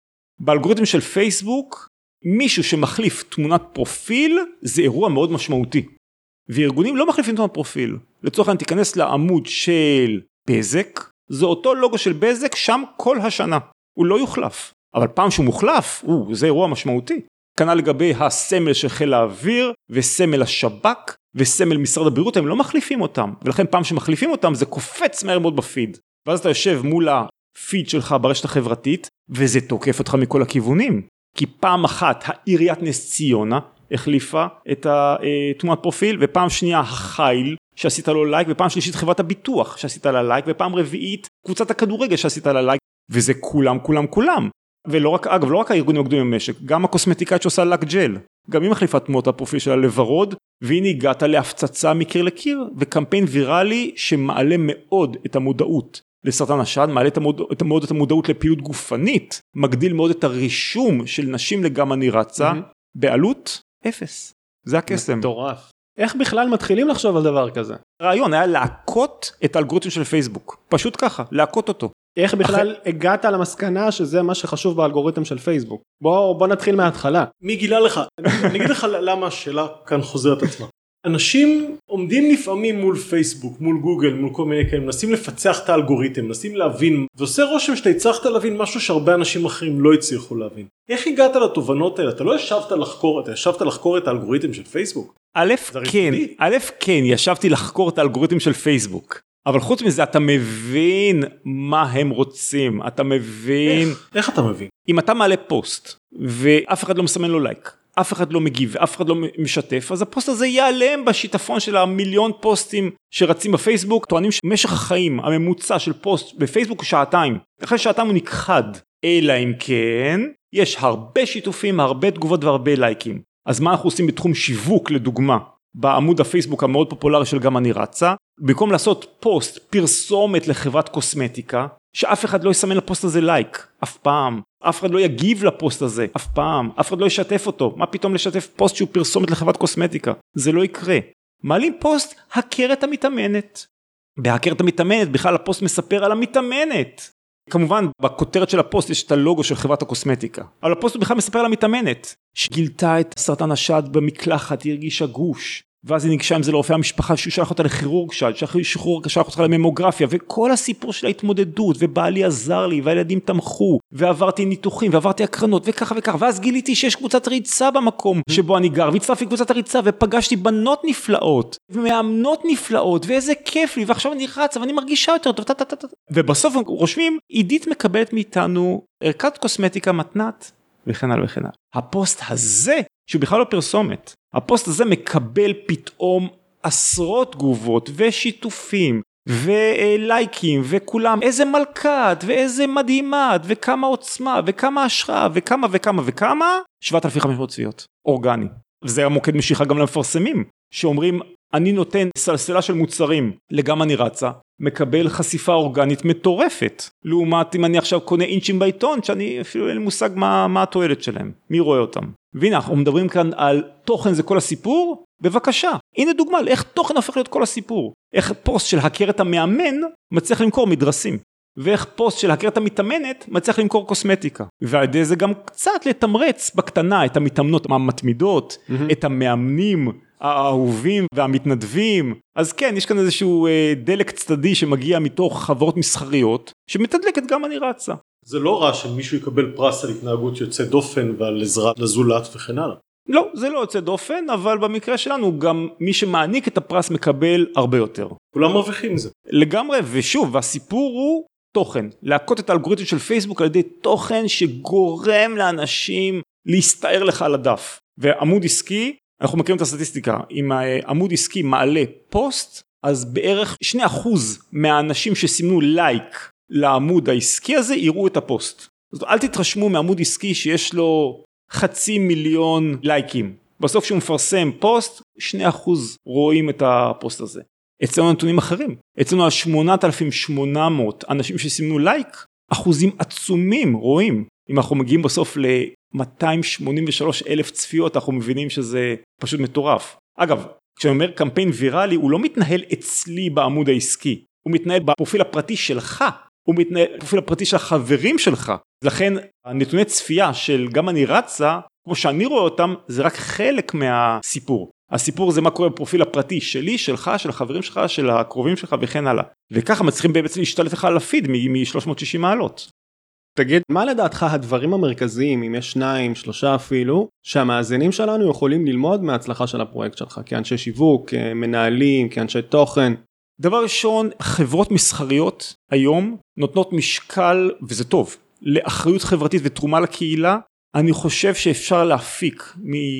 באלגוריתם של פייסבוק, מישהו שמחליף תמונת פרופיל, זה אירוע מאוד משמעותי. וארגונים לא מחליפים תמונת פרופיל. לצורך העניין תיכנס לעמוד של בזק, זה אותו לוגו של בזק שם כל השנה. הוא לא יוחלף. אבל פעם שהוא מוחלף, הוא, זה אירוע משמעותי. כנ"ל לגבי הסמל של חיל האוויר, וסמל השב"כ, וסמל משרד הבריאות, הם לא מחליפים אותם. ולכן פעם שמחליפים אותם, זה קופץ מהר מאוד בפיד. ואז אתה יושב מול הפיד שלך ברשת החברתית, וזה תוקף אותך מכל הכיוונים. כי פעם אחת העיריית נס ציונה החליפה את התמונת פרופיל, ופעם שנייה החיל שעשית לו לייק, ופעם שלישית חברת הביטוח שעשית לה לייק, ופעם רביעית קבוצת הכדורגל שעשית לה לייק, וזה כולם כולם כולם. ולא רק, אגב, לא רק הארגונים הגדולים במשק, גם הקוסמטיקאית שעושה לק ג'ל, גם היא מחליפה תמונת הפרופיל שלה לוורוד, והנה הגעת להפצצה מקיר לקיר, וקמפיין ויראלי שמעלה מאוד את המודעות לסרטן השד, מעלה את, המוד... את, המוד... את המודעות לפעילות גופנית, מגדיל מאוד את הרישום של נשים לגמא אני רצה, mm-hmm. בעלות אפס. זה הקסם. מטורף. איך בכלל מתחילים לחשוב על דבר כזה? הרעיון היה להקות את האלגוריתם של פייסבוק. פשוט ככה, להקות אותו. איך בכלל אחרי... הגעת למסקנה שזה מה שחשוב באלגוריתם של פייסבוק? בוא, בוא נתחיל מההתחלה. מי גילה לך? אני, אני אגיד לך למה השאלה כאן חוזרת עצמה. אנשים עומדים לפעמים מול פייסבוק, מול גוגל, מול כל מיני כאלה, מנסים לפצח את האלגוריתם, מנסים להבין, ועושה רושם שאתה הצלחת להבין משהו שהרבה אנשים אחרים לא הצליחו להבין. איך הגעת לתובנות האלה? אתה לא ישבת לחקור, אתה ישבת לחקור את האלגוריתם של פייסבוק? א', כן, א', כן, ישבתי לחקור את האלגוריתם של פייסבוק. אבל חוץ מזה אתה מבין מה הם רוצים, אתה מבין... איך? איך אתה מבין? אם אתה מעלה פוסט, ואף אחד לא מסמן לו לייק, אף אחד לא מגיב ואף אחד לא משתף, אז הפוסט הזה ייעלם בשיטפון של המיליון פוסטים שרצים בפייסבוק, טוענים שמשך החיים הממוצע של פוסט בפייסבוק הוא שעתיים. אחרי שעתיים הוא נכחד, אלא אם כן, יש הרבה שיתופים, הרבה תגובות והרבה לייקים. אז מה אנחנו עושים בתחום שיווק לדוגמה? בעמוד הפייסבוק המאוד פופולרי של גם אני רצה, במקום לעשות פוסט פרסומת לחברת קוסמטיקה, שאף אחד לא יסמן לפוסט הזה לייק, אף פעם. אף אחד לא יגיב לפוסט הזה, אף פעם. אף אחד לא ישתף אותו. מה פתאום לשתף פוסט שהוא פרסומת לחברת קוסמטיקה? זה לא יקרה. מעלים פוסט, הכרת המתאמנת. בהכרת המתאמנת, בכלל הפוסט מספר על המתאמנת. כמובן, בכותרת של הפוסט יש את הלוגו של חברת הקוסמטיקה. אבל הפוסט בכלל מספר על המתאמנת, שגילתה את סרטן השד במקלחת, היא הרגישה גוש. ואז היא ניגשה עם זה לרופא המשפחה, שהוא שלח אותה לכירורג שד, שכירורג שלח אותה לממוגרפיה, וכל הסיפור של ההתמודדות, ובעלי עזר לי, והילדים תמכו, ועברתי ניתוחים, ועברתי הקרנות, וככה וככה, ואז גיליתי שיש קבוצת ריצה במקום שבו אני גר, והצטרפתי קבוצת הריצה, ופגשתי בנות נפלאות, ומאמנות נפלאות, ואיזה כיף לי, ועכשיו אני רצה, ואני מרגישה יותר טוב, ובסוף הם רושמים, עידית מקבלת מאיתנו ערכת קוסמטיקה מתנת, וכן הלאה וכן הלאה. הפוסט הזה, שהוא בכלל לא פרסומת, הפוסט הזה מקבל פתאום עשרות תגובות ושיתופים ולייקים וכולם, איזה מלכת ואיזה מדהימת וכמה עוצמה וכמה השראה וכמה וכמה וכמה, שבעת אלפים וחמש מאות צפיות, אורגני. וזה המוקד משיכה גם למפרסמים, שאומרים, אני נותן סלסלה של מוצרים לגם אני רצה, מקבל חשיפה אורגנית מטורפת, לעומת אם אני עכשיו קונה אינצ'ים בעיתון, שאני אפילו אין לי מושג מה, מה התועלת שלהם, מי רואה אותם. והנה, אנחנו מדברים כאן על תוכן זה כל הסיפור, בבקשה. הנה דוגמה, איך תוכן הופך להיות כל הסיפור. איך פוסט של הכרת המאמן מצליח למכור מדרסים. ואיך פוסט של הכרת המתאמנת מצליח למכור קוסמטיקה. ועל ידי זה גם קצת לתמרץ בקטנה את המתאמנות המתמידות, mm-hmm. את המאמנים האהובים והמתנדבים. אז כן, יש כאן איזשהו אה, דלק צדדי שמגיע מתוך חברות מסחריות, שמתדלקת גם אני רצה. זה לא רע שמישהו יקבל פרס על התנהגות יוצא דופן ועל עזרה לזולת וכן הלאה. לא, זה לא יוצא דופן, אבל במקרה שלנו גם מי שמעניק את הפרס מקבל הרבה יותר. כולם מרוויחים זה. לגמרי, ושוב, והסיפור הוא תוכן. להכות את האלגוריתם של פייסבוק על ידי תוכן שגורם לאנשים להסתער לך על הדף. ועמוד עסקי, אנחנו מכירים את הסטטיסטיקה, אם עמוד עסקי מעלה פוסט, אז בערך שני אחוז מהאנשים שסימנו לייק לעמוד העסקי הזה יראו את הפוסט. אז אל תתרשמו מעמוד עסקי שיש לו חצי מיליון לייקים. בסוף שהוא מפרסם פוסט, שני אחוז רואים את הפוסט הזה. אצלנו נתונים אחרים. אצלנו על שמונת אלפים ושמונה מאות אנשים שסימנו לייק, אחוזים עצומים רואים. אם אנחנו מגיעים בסוף ל-מאתיים שמונים ושלושה אלף צפיות, אנחנו מבינים שזה פשוט מטורף. אגב, כשאני אומר קמפיין ויראלי, הוא לא מתנהל אצלי בעמוד העסקי. הוא מתנהל בפרופיל הפרטי שלך. הוא מתנהל פרופיל הפרטי של החברים שלך, לכן הנתוני צפייה של גם אני רצה, כמו שאני רואה אותם, זה רק חלק מהסיפור. הסיפור זה מה קורה בפרופיל הפרטי שלי, שלך, של החברים שלך, של הקרובים שלך וכן הלאה. וככה מצליחים בעצם להשתלט לך על הפיד מ-שלוש מאות ושישים מעלות. תגיד, מה לדעתך הדברים המרכזיים, אם יש שניים, שלושה אפילו, שהמאזינים שלנו יכולים ללמוד מההצלחה של הפרויקט שלך, כאנשי שיווק, כמנהלים, כאנשי תוכן? דבר ראשון, חברות מסחריות היום נותנות משקל, וזה טוב, לאחריות חברתית ותרומה לקהילה. אני חושב שאפשר להפיק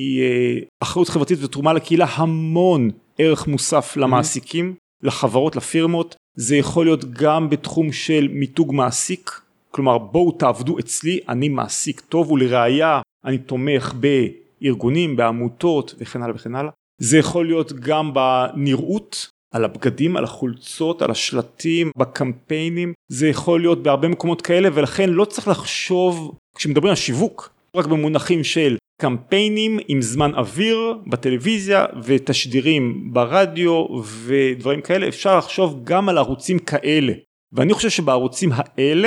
מאחריות חברתית ותרומה לקהילה המון ערך מוסף למעסיקים, לחברות, לפירמות. זה יכול להיות גם בתחום של מיתוג מעסיק, כלומר בואו תעבדו אצלי, אני מעסיק טוב, ולראיה אני תומך בארגונים, בעמותות וכן הלאה וכן הלאה. זה יכול להיות גם בנראות, על הבגדים, על החולצות, על השלטים, בקמפיינים. זה יכול להיות בהרבה מקומות כאלה, ולכן לא צריך לחשוב, כשמדברים על שיווק, רק במונחים של קמפיינים עם זמן אוויר בטלוויזיה ותשדירים ברדיו ודברים כאלה. אפשר לחשוב גם על ערוצים כאלה. ואני חושב שבערוצים האלה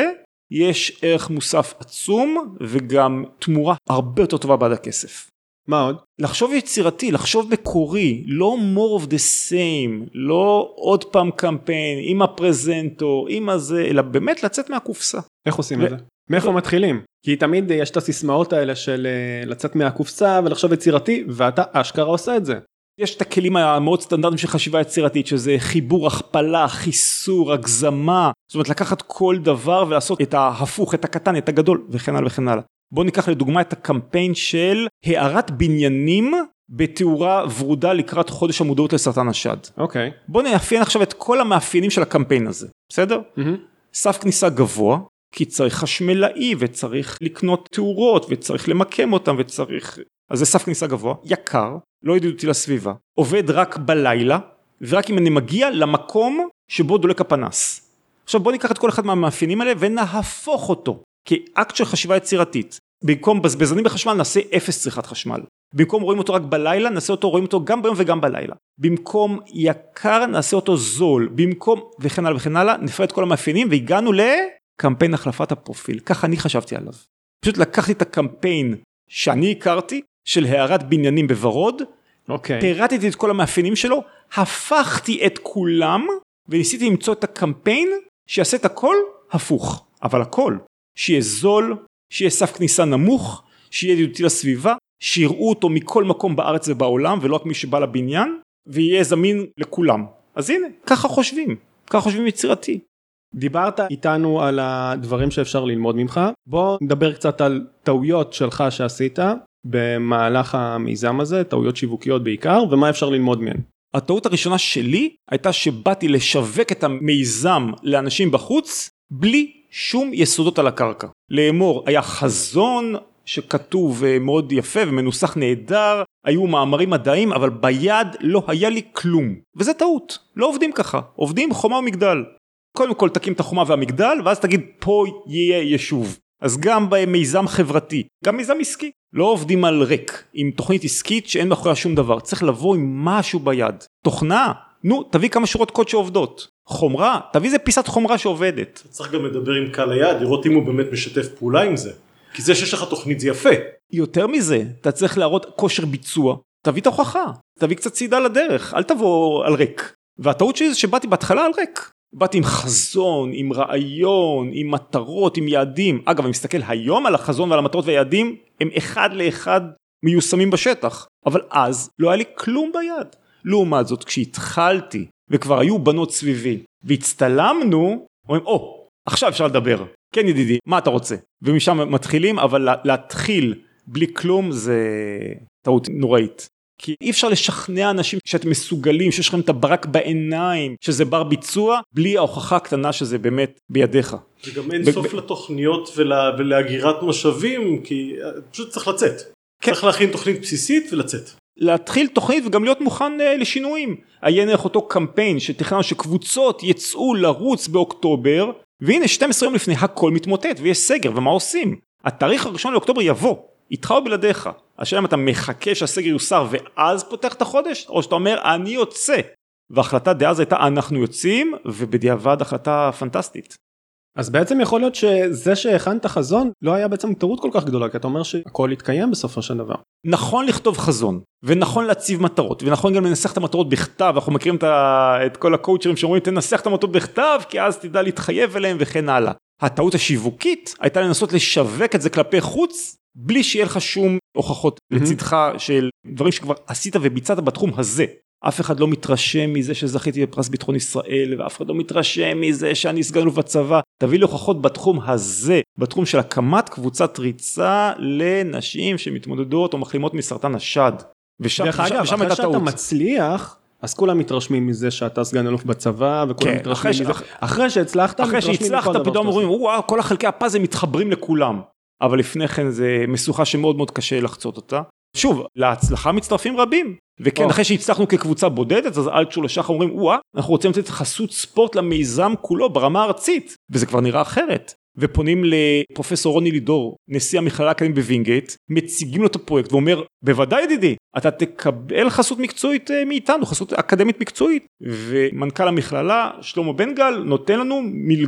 יש ערך מוסף עצום וגם תמורה הרבה יותר טובה בעד הכסף. מה עוד? לחשוב יצירתי, לחשוב מקורי, לא more of the same, לא עוד פעם קמפיין עם הפרזנטור, עם הזה, אלא באמת לצאת מהקופסה. איך עושים את זה? מאיפה מתחילים? כי תמיד יש את הסיסמאות האלה של לצאת מהקופסה ולחשוב יצירתי, ואתה אשכרה עושה את זה. יש את הכלים המאוד סטנדרטיים של חשיבה יצירתית, שזה חיבור, הכפלה, חיסור, הגזמה, זאת אומרת לקחת כל דבר ולעשות את ההפוך, את הקטן, את הגדול, וכן הלאה וכן הלאה. בואו ניקח לדוגמה את הקמפיין של הערת בניינים בתאורה ורודה לקראת חודש המודעות לסרטן השד. אוקיי. בואו נאפיין עכשיו את כל המאפיינים של הקמפיין הזה, בסדר? Mm-hmm. סף כניסה גבוה, כי צריך חשמלאי וצריך לקנות תאורות וצריך למקם אותם וצריך... אז זה סף כניסה גבוה, יקר, לא ידידותי לסביבה, עובד רק בלילה, ורק אם אני מגיע למקום שבו דולק הפנס. עכשיו בואו ניקח את כל אחד מהמאפיינים האלה ונהפוך אותו. כאקט של חשיבה יצירתית. במקום בזבזנים בחשמל נעשה אפס צריכת חשמל. במקום רואים אותו רק בלילה, נעשה אותו, רואים אותו גם ביום וגם בלילה. במקום יקר נעשה אותו זול. במקום וכן הלאה וכן הלאה, נפרד כל המאפיינים והגענו לקמפיין החלפת הפרופיל. ככה אני חשבתי עליו. פשוט לקחתי את הקמפיין שאני הכרתי, של הערת בניינים בוורוד, אוקיי. פירטתי את כל המאפיינים שלו, הפכתי את כולם, וניסיתי למצוא את הקמפיין שיעשה את הכל הפוך. אבל הכל. שיהיה זול, שיהיה סף כניסה נמוך, שיהיה ידידותי לסביבה, שיראו אותו מכל מקום בארץ ובעולם, ולא רק מי שבא לבניין, ויהיה זמין לכולם. אז הנה, ככה חושבים, ככה חושבים יצירתי. דיברת איתנו על הדברים שאפשר ללמוד ממך, בוא נדבר קצת על טעויות שלך שעשית במהלך המיזם הזה, טעויות שיווקיות בעיקר, ומה אפשר ללמוד מהן. הטעות הראשונה שלי הייתה שבאתי לשווק את המיזם לאנשים בחוץ, בלי שום יסודות על הקרקע. לאמור, היה חזון שכתוב מאוד יפה ומנוסח נהדר, היו מאמרים מדעיים, אבל ביד לא היה לי כלום. וזה טעות, לא עובדים ככה, עובדים חומה ומגדל. קודם כל תקים את החומה והמגדל, ואז תגיד פה יהיה יישוב. אז גם במיזם חברתי, גם מיזם עסקי, לא עובדים על ריק, עם תוכנית עסקית שאין מאחוריה שום דבר, צריך לבוא עם משהו ביד. תוכנה, נו, תביא כמה שורות קוד שעובדות. חומרה, תביא זה פיסת חומרה שעובדת. צריך גם לדבר עם קהל היעד, לראות אם הוא באמת משתף פעולה עם זה. כי זה שיש לך תוכנית זה יפה. יותר מזה, אתה צריך להראות כושר ביצוע. תביא את ההוכחה, תביא קצת צידה לדרך, אל תבוא על ריק. והטעות שלי זה שבאתי בהתחלה על ריק. באתי עם חזון, עם רעיון, עם מטרות, עם יעדים. אגב, אני מסתכל היום על החזון ועל המטרות והיעדים, הם אחד לאחד מיושמים בשטח. אבל אז לא היה לי כלום ביד. לעומת זאת, כשהתחלתי, וכבר היו בנות סביבי, והצטלמנו, אומרים, או, עכשיו אפשר לדבר. כן ידידי, מה אתה רוצה? ומשם מתחילים, אבל להתחיל בלי כלום זה טעות נוראית. כי אי אפשר לשכנע אנשים שאתם מסוגלים, שיש לכם את הברק בעיניים, שזה בר ביצוע, בלי ההוכחה הקטנה שזה באמת בידיך. וגם אין סוף לתוכניות ולהגירת משאבים, כי פשוט צריך לצאת. צריך להכין תוכנית בסיסית ולצאת. להתחיל תוכנית וגם להיות מוכן לשינויים. עיין איך אותו קמפיין שתכננו שקבוצות יצאו לרוץ באוקטובר, והנה שנים עשר יום לפני הכל מתמוטט ויש סגר, ומה עושים? התאריך הראשון לאוקטובר יבוא, איתך או בלעדיך. השאלה אם אתה מחכה שהסגר יוסר ואז פותח את החודש, או שאתה אומר אני יוצא. וההחלטה דאז הייתה אנחנו יוצאים, ובדיעבד החלטה פנטסטית. אז בעצם יכול להיות שזה שהכנת חזון לא היה בעצם טעות כל כך גדולה, כי אתה אומר שהכל יתקיים בסופו של דבר. נכון לכתוב חזון, ונכון להציב מטרות, ונכון גם לנסח את המטרות בכתב, אנחנו מכירים את, ה... את כל הקואוצ'רים שאומרים, תנסח את המטרות בכתב, כי אז תדע להתחייב אליהם וכן הלאה. הטעות השיווקית הייתה לנסות לשווק את זה כלפי חוץ, בלי שיהיה לך שום הוכחות mm-hmm. לצדך של דברים שכבר עשית וביצעת בתחום הזה. אף אחד לא מתרשם מזה שזכיתי בפרס ביטחון ישראל, ואף אחד לא מתרשם מזה שאני סגן אלוף בצבא. תביא לי הוכחות בתחום הזה, בתחום של הקמת קבוצת ריצה לנשים שמתמודדות או מחלימות מסרטן השד. ושם, דרך אגב, ושם אחרי שאתה מצליח, אז כולם מתרשמים מזה שאתה סגן אלוף בצבא, וכולם כן, מתרשמים אחרי, מזה. אח... אחרי שהצלחת, אחרי שהצלחת, פתאום אומרים, וואו, כל החלקי הפאזל מתחברים לכולם. אבל לפני כן זה משוכה שמאוד מאוד קשה לחצות אותה. שוב, להצלחה מצטרפים רבים. וכן, אחרי שהצלחנו כקבוצה בודדת, אז אלטשולר ושחר אומרים, וואה, אנחנו רוצים לתת חסות ספורט למיזם כולו ברמה הארצית. וזה כבר נראה אחרת. ופונים לפרופסור רוני לידור, נשיא המכללה האקדמית בווינגייט, מציגים לו את הפרויקט, ואומר, בוודאי ידידי, אתה תקבל חסות מקצועית מאיתנו, חסות אקדמית מקצועית. ומנכ"ל המכללה, שלמה בן גל, נותן לנו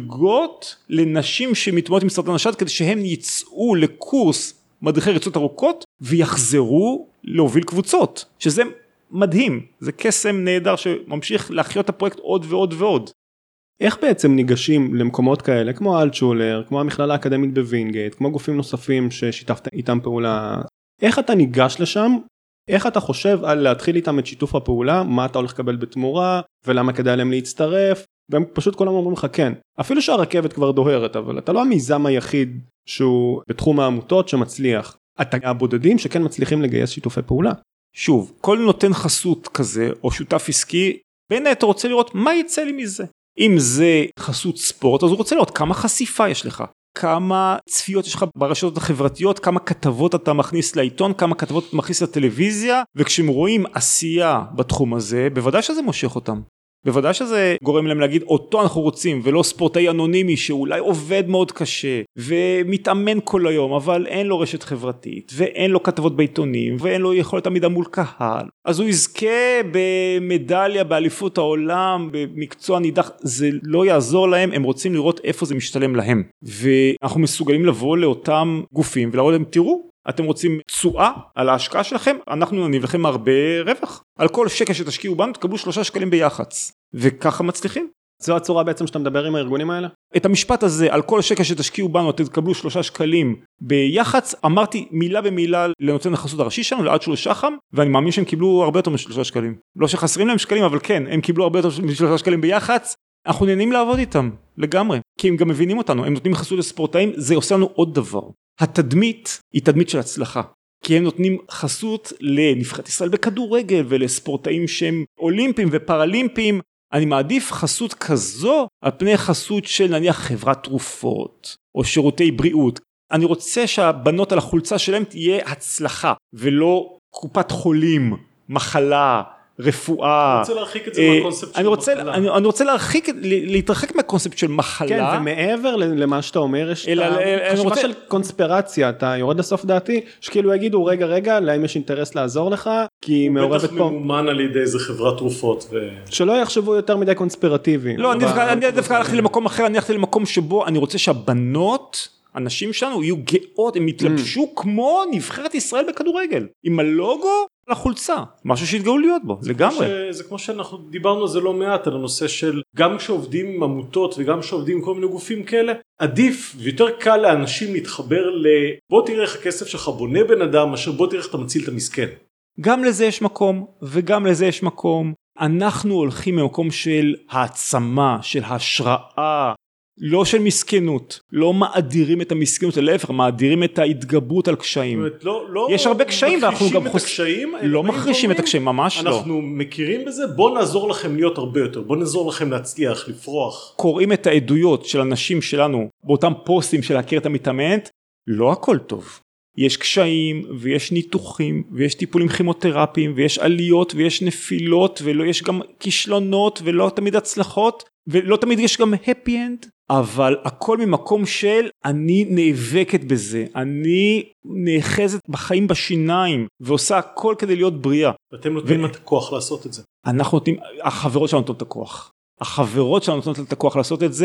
מלגות לנשים שמתמודדות עם סרטן השד, כדי שהם יצאו לקורס מדריכי ריצות ארוכות, ויחזרו להוביל קבוצות, שזה מדהים, זה קסם נהדר שממשיך להחיות את הפרויקט עוד ועוד ועוד. איך בעצם ניגשים למקומות כאלה, כמו אלטשולר, כמו המכללה האקדמית בווינגייט, כמו גופים נוספים ששיתפת איתם פעולה, איך אתה ניגש לשם, איך אתה חושב על להתחיל איתם את שיתוף הפעולה, מה אתה הולך לקבל בתמורה, ולמה כדאי להם להצטרף, והם פשוט כולם אומרים לך כן, אפילו שהרכבת כבר דוהרת, אבל אתה לא המיזם היחיד שהוא בתחום העמותות שמצליח, אתה הבודדים שכן מצליחים לגייס שיתופי פעולה. שוב, כל נותן חסות כזה, או שותף עסקי, בין היתר רוצה לראות מה יצא לי מזה. אם זה חסות ספורט, אז הוא רוצה לראות כמה חשיפה יש לך, כמה צפיות יש לך ברשתות החברתיות, כמה כתבות אתה מכניס לעיתון, כמה כתבות אתה מכניס לטלוויזיה, וכשהם רואים עשייה בתחום הזה, בוודאי שזה מושך אותם. בוודאי שזה גורם להם להגיד, אותו אנחנו רוצים, ולא ספורטאי אנונימי שאולי עובד מאוד קשה, ומתאמן כל היום, אבל אין לו רשת חברתית, ואין לו כתבות בעיתונים, ואין לו יכולת עמידה מול קהל. אז הוא יזכה במדליה, באליפות העולם, במקצוע נידח, זה לא יעזור להם, הם רוצים לראות איפה זה משתלם להם. ואנחנו מסוגלים לבוא לאותם גופים, ולראות להם, תראו, אתם רוצים תשואה על ההשקעה שלכם, אנחנו נניב לכם הרבה רווח. על כל שקל שתשקיעו בנו, תקבלו שלושה שקלים ביח"צ. וככה מצליחים. זו הצורה בעצם שאתה מדבר עם הארגונים האלה? את המשפט הזה, על כל שקל שתשקיעו בנו, אתם תקבלו שלושה שקלים ביח"צ, אמרתי מילה במילה לנותן החסות הראשי שלנו, לאלטשולר שחם, ואני מאמין שהם קיבלו הרבה יותר משלושה שקלים. לא שחסרים להם שקלים, אבל כן, הם קיבלו הרבה יותר משלושה שקלים ביח"צ. אנחנו נהנים לעבוד איתם, לגמרי. כי הם גם מבינים אותנו, הם נותנים חסות לספורטאים, זה עושה לנו עוד דבר. התדמית היא תדמית של הצלחה, כי הם נותנים חסות לנבחרת ישראל בכדורגל ולספורטאים שהם אולימפיים ופראלימפיים. אני מעדיף חסות כזו על פני חסות של נניח חברת תרופות או שירותי בריאות. אני רוצה שהבנות על החולצה שלהם תהיה הצלחה ולא קופת חולים, מחלה, רפואה. אני רוצה להרחיק את זה מהקונספט של מחלה. אני רוצה להרחיק, להתרחק מהקונספט של מחלה. כן, ומעבר למה שאתה אומר, יש חשיבה של קונספירציה, אתה יורד לסוף דעתי, שכאילו יגידו, רגע, רגע, להם יש אינטרס לעזור לך, כי היא מעורבת פה. בטח ממומן על ידי איזה חברת תרופות. שלא יחשבו יותר מדי קונספירטיבי. לא, אני דווקא הלכתי למקום אחר, אני הלכתי למקום שבו אני רוצה שהבנות, הנשים שלנו, יהיו גאות, הם יתלבשו כמו נבחרת ישראל בכדורגל, עם הלוגו לחולצה, משהו שהתגאו להיות בו, לגמרי. זה כמו שאנחנו דיברנו על זה לא מעט, על הנושא של גם כשעובדים עם עמותות וגם כשעובדים עם כל מיני גופים כאלה, עדיף ויותר קל לאנשים להתחבר ל... בוא תראה איך הכסף שלך בונה בן אדם, אשר בוא תראה איך אתה מציל את המסכן. גם לזה יש מקום, וגם לזה יש מקום. אנחנו הולכים ממקום של העצמה, של השראה, לא של מסכנות, לא מאדירים את המסכנות, להפך, מאדירים את ההתגברות על קשיים. לא, לא יש הרבה קשיים, ואנחנו גם חושבים, לא מחרישים את הקשיים, ממש לא. אנחנו מכירים בזה, בוא נעזור לכם להיות הרבה יותר, בוא נעזור לכם להצליח, לפרוח. קוראים את העדויות של אנשים שלנו, באותם פוסטים של להכיר את המתאמנת, לא הכל טוב. יש קשיים, ויש ניתוחים, ויש טיפולים כימותרפיים, ויש עליות, ויש נפילות, ויש גם כישלונות, ולא תמיד הצלחות, ולא תמיד יש גם happy end, אבל הכל ממקום של אני נאבקת בזה, אני נאחזת בחיים בשיניים, ועושה הכל כדי להיות בריאה. ואתם נותנים את הכוח לעשות את זה. אנחנו נותנים, החברות שלנו נותנות את הכוח. החברות שלנו נותנות את הכוח לעשות את זה,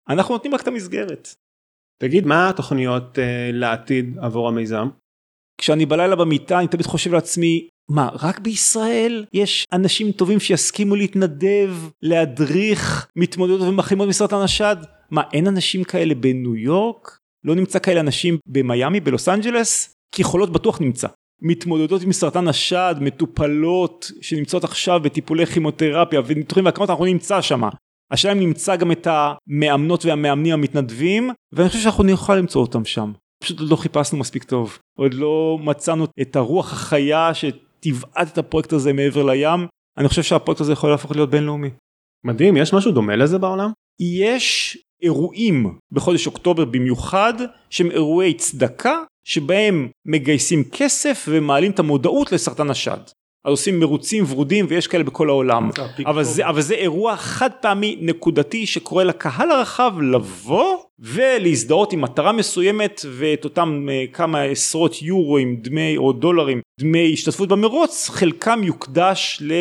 אנחנו נותנים רק את המסגרת. תגיד, מה התוכניות אה, לעתיד עבור המיזם? כשאני בלילה במיטה, אני תמיד חושב לעצמי, מה, רק בישראל יש אנשים טובים שיסכימו להתנדב, להדריך מתמודדות ומחלימות מסרטן השד? מה, אין אנשים כאלה בניו יורק? לא נמצא כאלה אנשים במיימי, בלוס אנג'לס? כי יכולות בטוח נמצא. מתמודדות עם סרטן השד, מטופלות שנמצאות עכשיו בטיפולי כימותרפיה וניתוחים והקמות, אנחנו נמצא שם. השאלה אם נמצא גם את המאמנות והמאמנים המתנדבים, ואני חושב שאנחנו נוכל למצוא אותם שם. פשוט עוד לא חיפשנו מספיק טוב. עוד לא מצאנו את הרוח החיה שתבעט את הפרויקט הזה מעבר לים. אני חושב שהפרויקט הזה יכול להפוך להיות בינלאומי. מדהים, יש משהו דומה לזה בעולם? יש אירועים בחודש אוקטובר במיוחד, שהם אירועי צדקה, שבהם מגייסים כסף ומעלים את המודעות לסרטן השד. אז עושים מרוצים ורודים ויש כאלה בכל העולם. אבל זה, אבל זה אירוע חד פעמי נקודתי שקורא לקהל הרחב לבוא ולהזדהות עם מטרה מסוימת ואת אותם כמה עשרות יורוים, דמי או דולרים, דמי השתתפות במרוץ, חלקם יוקדש ל...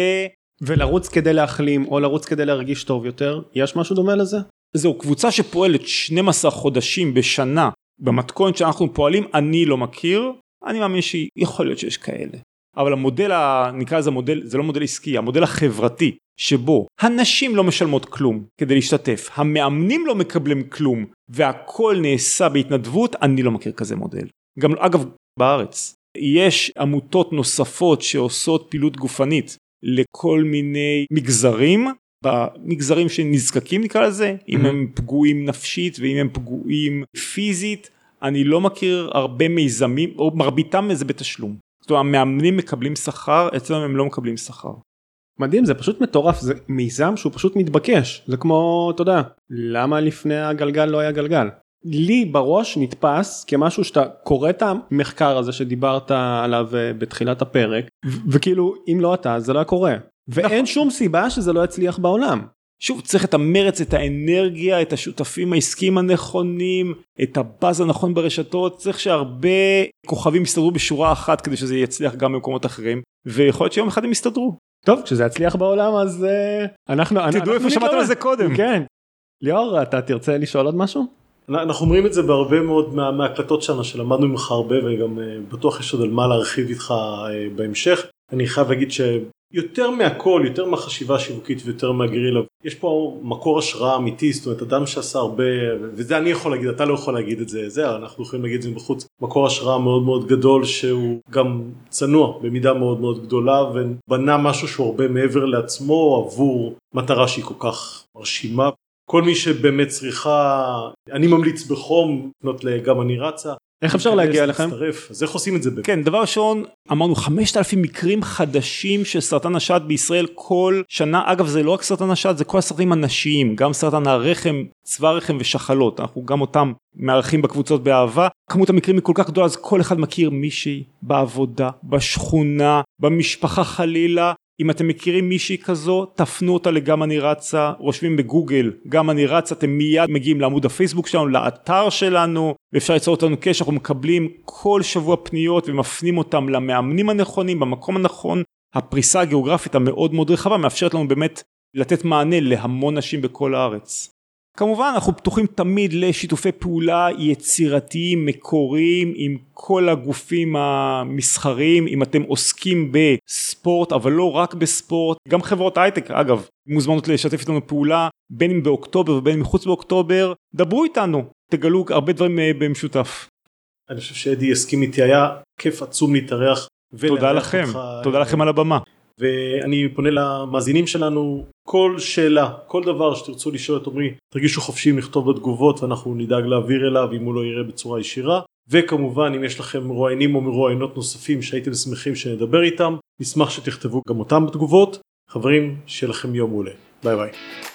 ולרוץ כדי להחלים או לרוץ כדי להרגיש טוב יותר, יש משהו דומה לזה? זהו, קבוצה שפועלת שנים עשר חודשים בשנה במתכונת שאנחנו פועלים, אני לא מכיר, אני מאמין שיכול להיות שיש כאלה. אבל המודל, נקרא לזה מודל, זה לא מודל עסקי, המודל החברתי, שבו הנשים לא משלמות כלום כדי להשתתף, המאמנים לא מקבלים כלום, והכל נעשה בהתנדבות, אני לא מכיר כזה מודל. גם, אגב, בארץ, יש עמותות נוספות שעושות פעילות גופנית לכל מיני מגזרים, במגזרים שנזקקים נקרא לזה, אם הם פגועים נפשית ואם הם פגועים פיזית, אני לא מכיר הרבה מיזמים, או מרביתם זה בתשלום. זאת אומרת, המאמנים מקבלים שכר, אצלם הם לא מקבלים שכר. מדהים, זה פשוט מטורף, זה מיזם שהוא פשוט מתבקש, זה כמו, אתה יודע, למה לפני הגלגל לא היה גלגל? לי בראש נתפס כמשהו שאתה קורא את המחקר הזה שדיברת עליו בתחילת הפרק, וכאילו, אם לא אתה, זה לא קורה. ואין שום סיבה שזה לא יצליח בעולם. שוב, צריך את המרץ, את האנרגיה, את השותפים העסקיים הנכונים, את הבאז הנכון ברשתות, צריך שהרבה כוכבים יסתדרו בשורה אחת כדי שזה יצליח גם במקומות אחרים, ויכול להיות שיום אחד הם יסתדרו. טוב, כשזה יצליח בעולם אז uh, אנחנו... תדעו איפה שמעתם על זה קודם. כן. ליאור, אתה תרצה לשאול עוד משהו? אנחנו אומרים את זה בהרבה מאוד מה, מהקלטות שלנו, שלמדנו ממך הרבה, וגם uh, בטוח יש עוד על מה להרחיב איתך uh, בהמשך. אני חייב להגיד ש... יותר מהכל, יותר מהחשיבה השיווקית ויותר מהגרילה, יש פה מקור השראה אמיתי, זאת אומרת, אדם שעשה הרבה, וזה אני יכול להגיד, אתה לא יכול להגיד את זה, זה, אנחנו יכולים להגיד את זה בחוץ, מקור השראה מאוד מאוד גדול, שהוא גם צנוע במידה מאוד מאוד גדולה, ובנה משהו שהוא הרבה מעבר לעצמו, עבור מטרה שהיא כל כך מרשימה. כל מי שבאמת צריכה, אני ממליץ בחום, לפנות גם אני רצה, איך אפשר להגיע אליכם? אז איך עושים את זה? כן, דבר ראשון, אמרנו חמשת אלפים מקרים חדשים של סרטן השד בישראל כל שנה. אגב, זה לא רק סרטן השד, זה כל הסרטנים הנשיים, גם סרטן הרחם, צוואר רחם ושחלות. אנחנו גם אותם מארחים בקבוצות באהבה. כמות המקרים היא כל כך גדולה, אז כל אחד מכיר מישהי בעבודה, בשכונה, במשפחה חלילה. אם אתם מכירים מישהי כזו, תפנו אותה לגם אני רצה, רושמים בגוגל, גם אני רצה, אתם מיד מגיעים לעמוד הפייסבוק שלנו, לאתר שלנו, ואפשר ליצור אותנו קשר, אנחנו מקבלים כל שבוע פניות ומפנים אותם למאמנים הנכונים, במקום הנכון. הפריסה הגיאוגרפית המאוד מאוד רחבה, מאפשרת לנו באמת לתת מענה להמון נשים בכל הארץ. כמובן, אנחנו פתוחים תמיד לשיתופי פעולה יצירתיים, מקוריים, עם כל הגופים המסחריים, אם אתם עוסקים בספורט, אבל לא רק בספורט, גם חברות הייטק, אגב, מוזמנות לשתף איתנו פעולה, בין אם באוקטובר ובין אם מחוץ באוקטובר, דברו איתנו, תגלו הרבה דברים במשותף. אני חושב שאדי יסכים איתי, היה כיף עצום להתארח. תודה לכם, תודה לכם על הבמה. ואני פונה למאזינים שלנו, כל שאלה, כל דבר שתרצו לשאול את עומרי, תרגישו חופשיים לכתוב בתגובות, ואנחנו נדאג להעביר אליו אם הוא לא יראה בצורה ישירה. וכמובן, אם יש לכם מרואיינים או מרואיינות נוספים שהייתם שמחים שנדבר איתם, נשמח שתכתבו גם אותם בתגובות. חברים, שיהיה לכם יום מעולה. ביי ביי.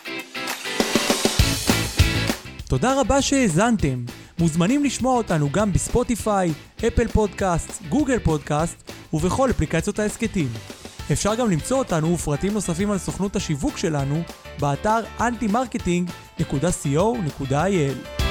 תודה רבה שהאזנתם. מוזמנים לשמוע אותנו גם בספוטיפיי, אפל פודקאסט, גוגל פודקאסט ובכל אפליקציות ההסקטים. אפשר גם למצוא אותנו ופרטים נוספים על סוכנות השיווק שלנו באתר אנטי מרקטינג נקודה סי או נקודה איי אל.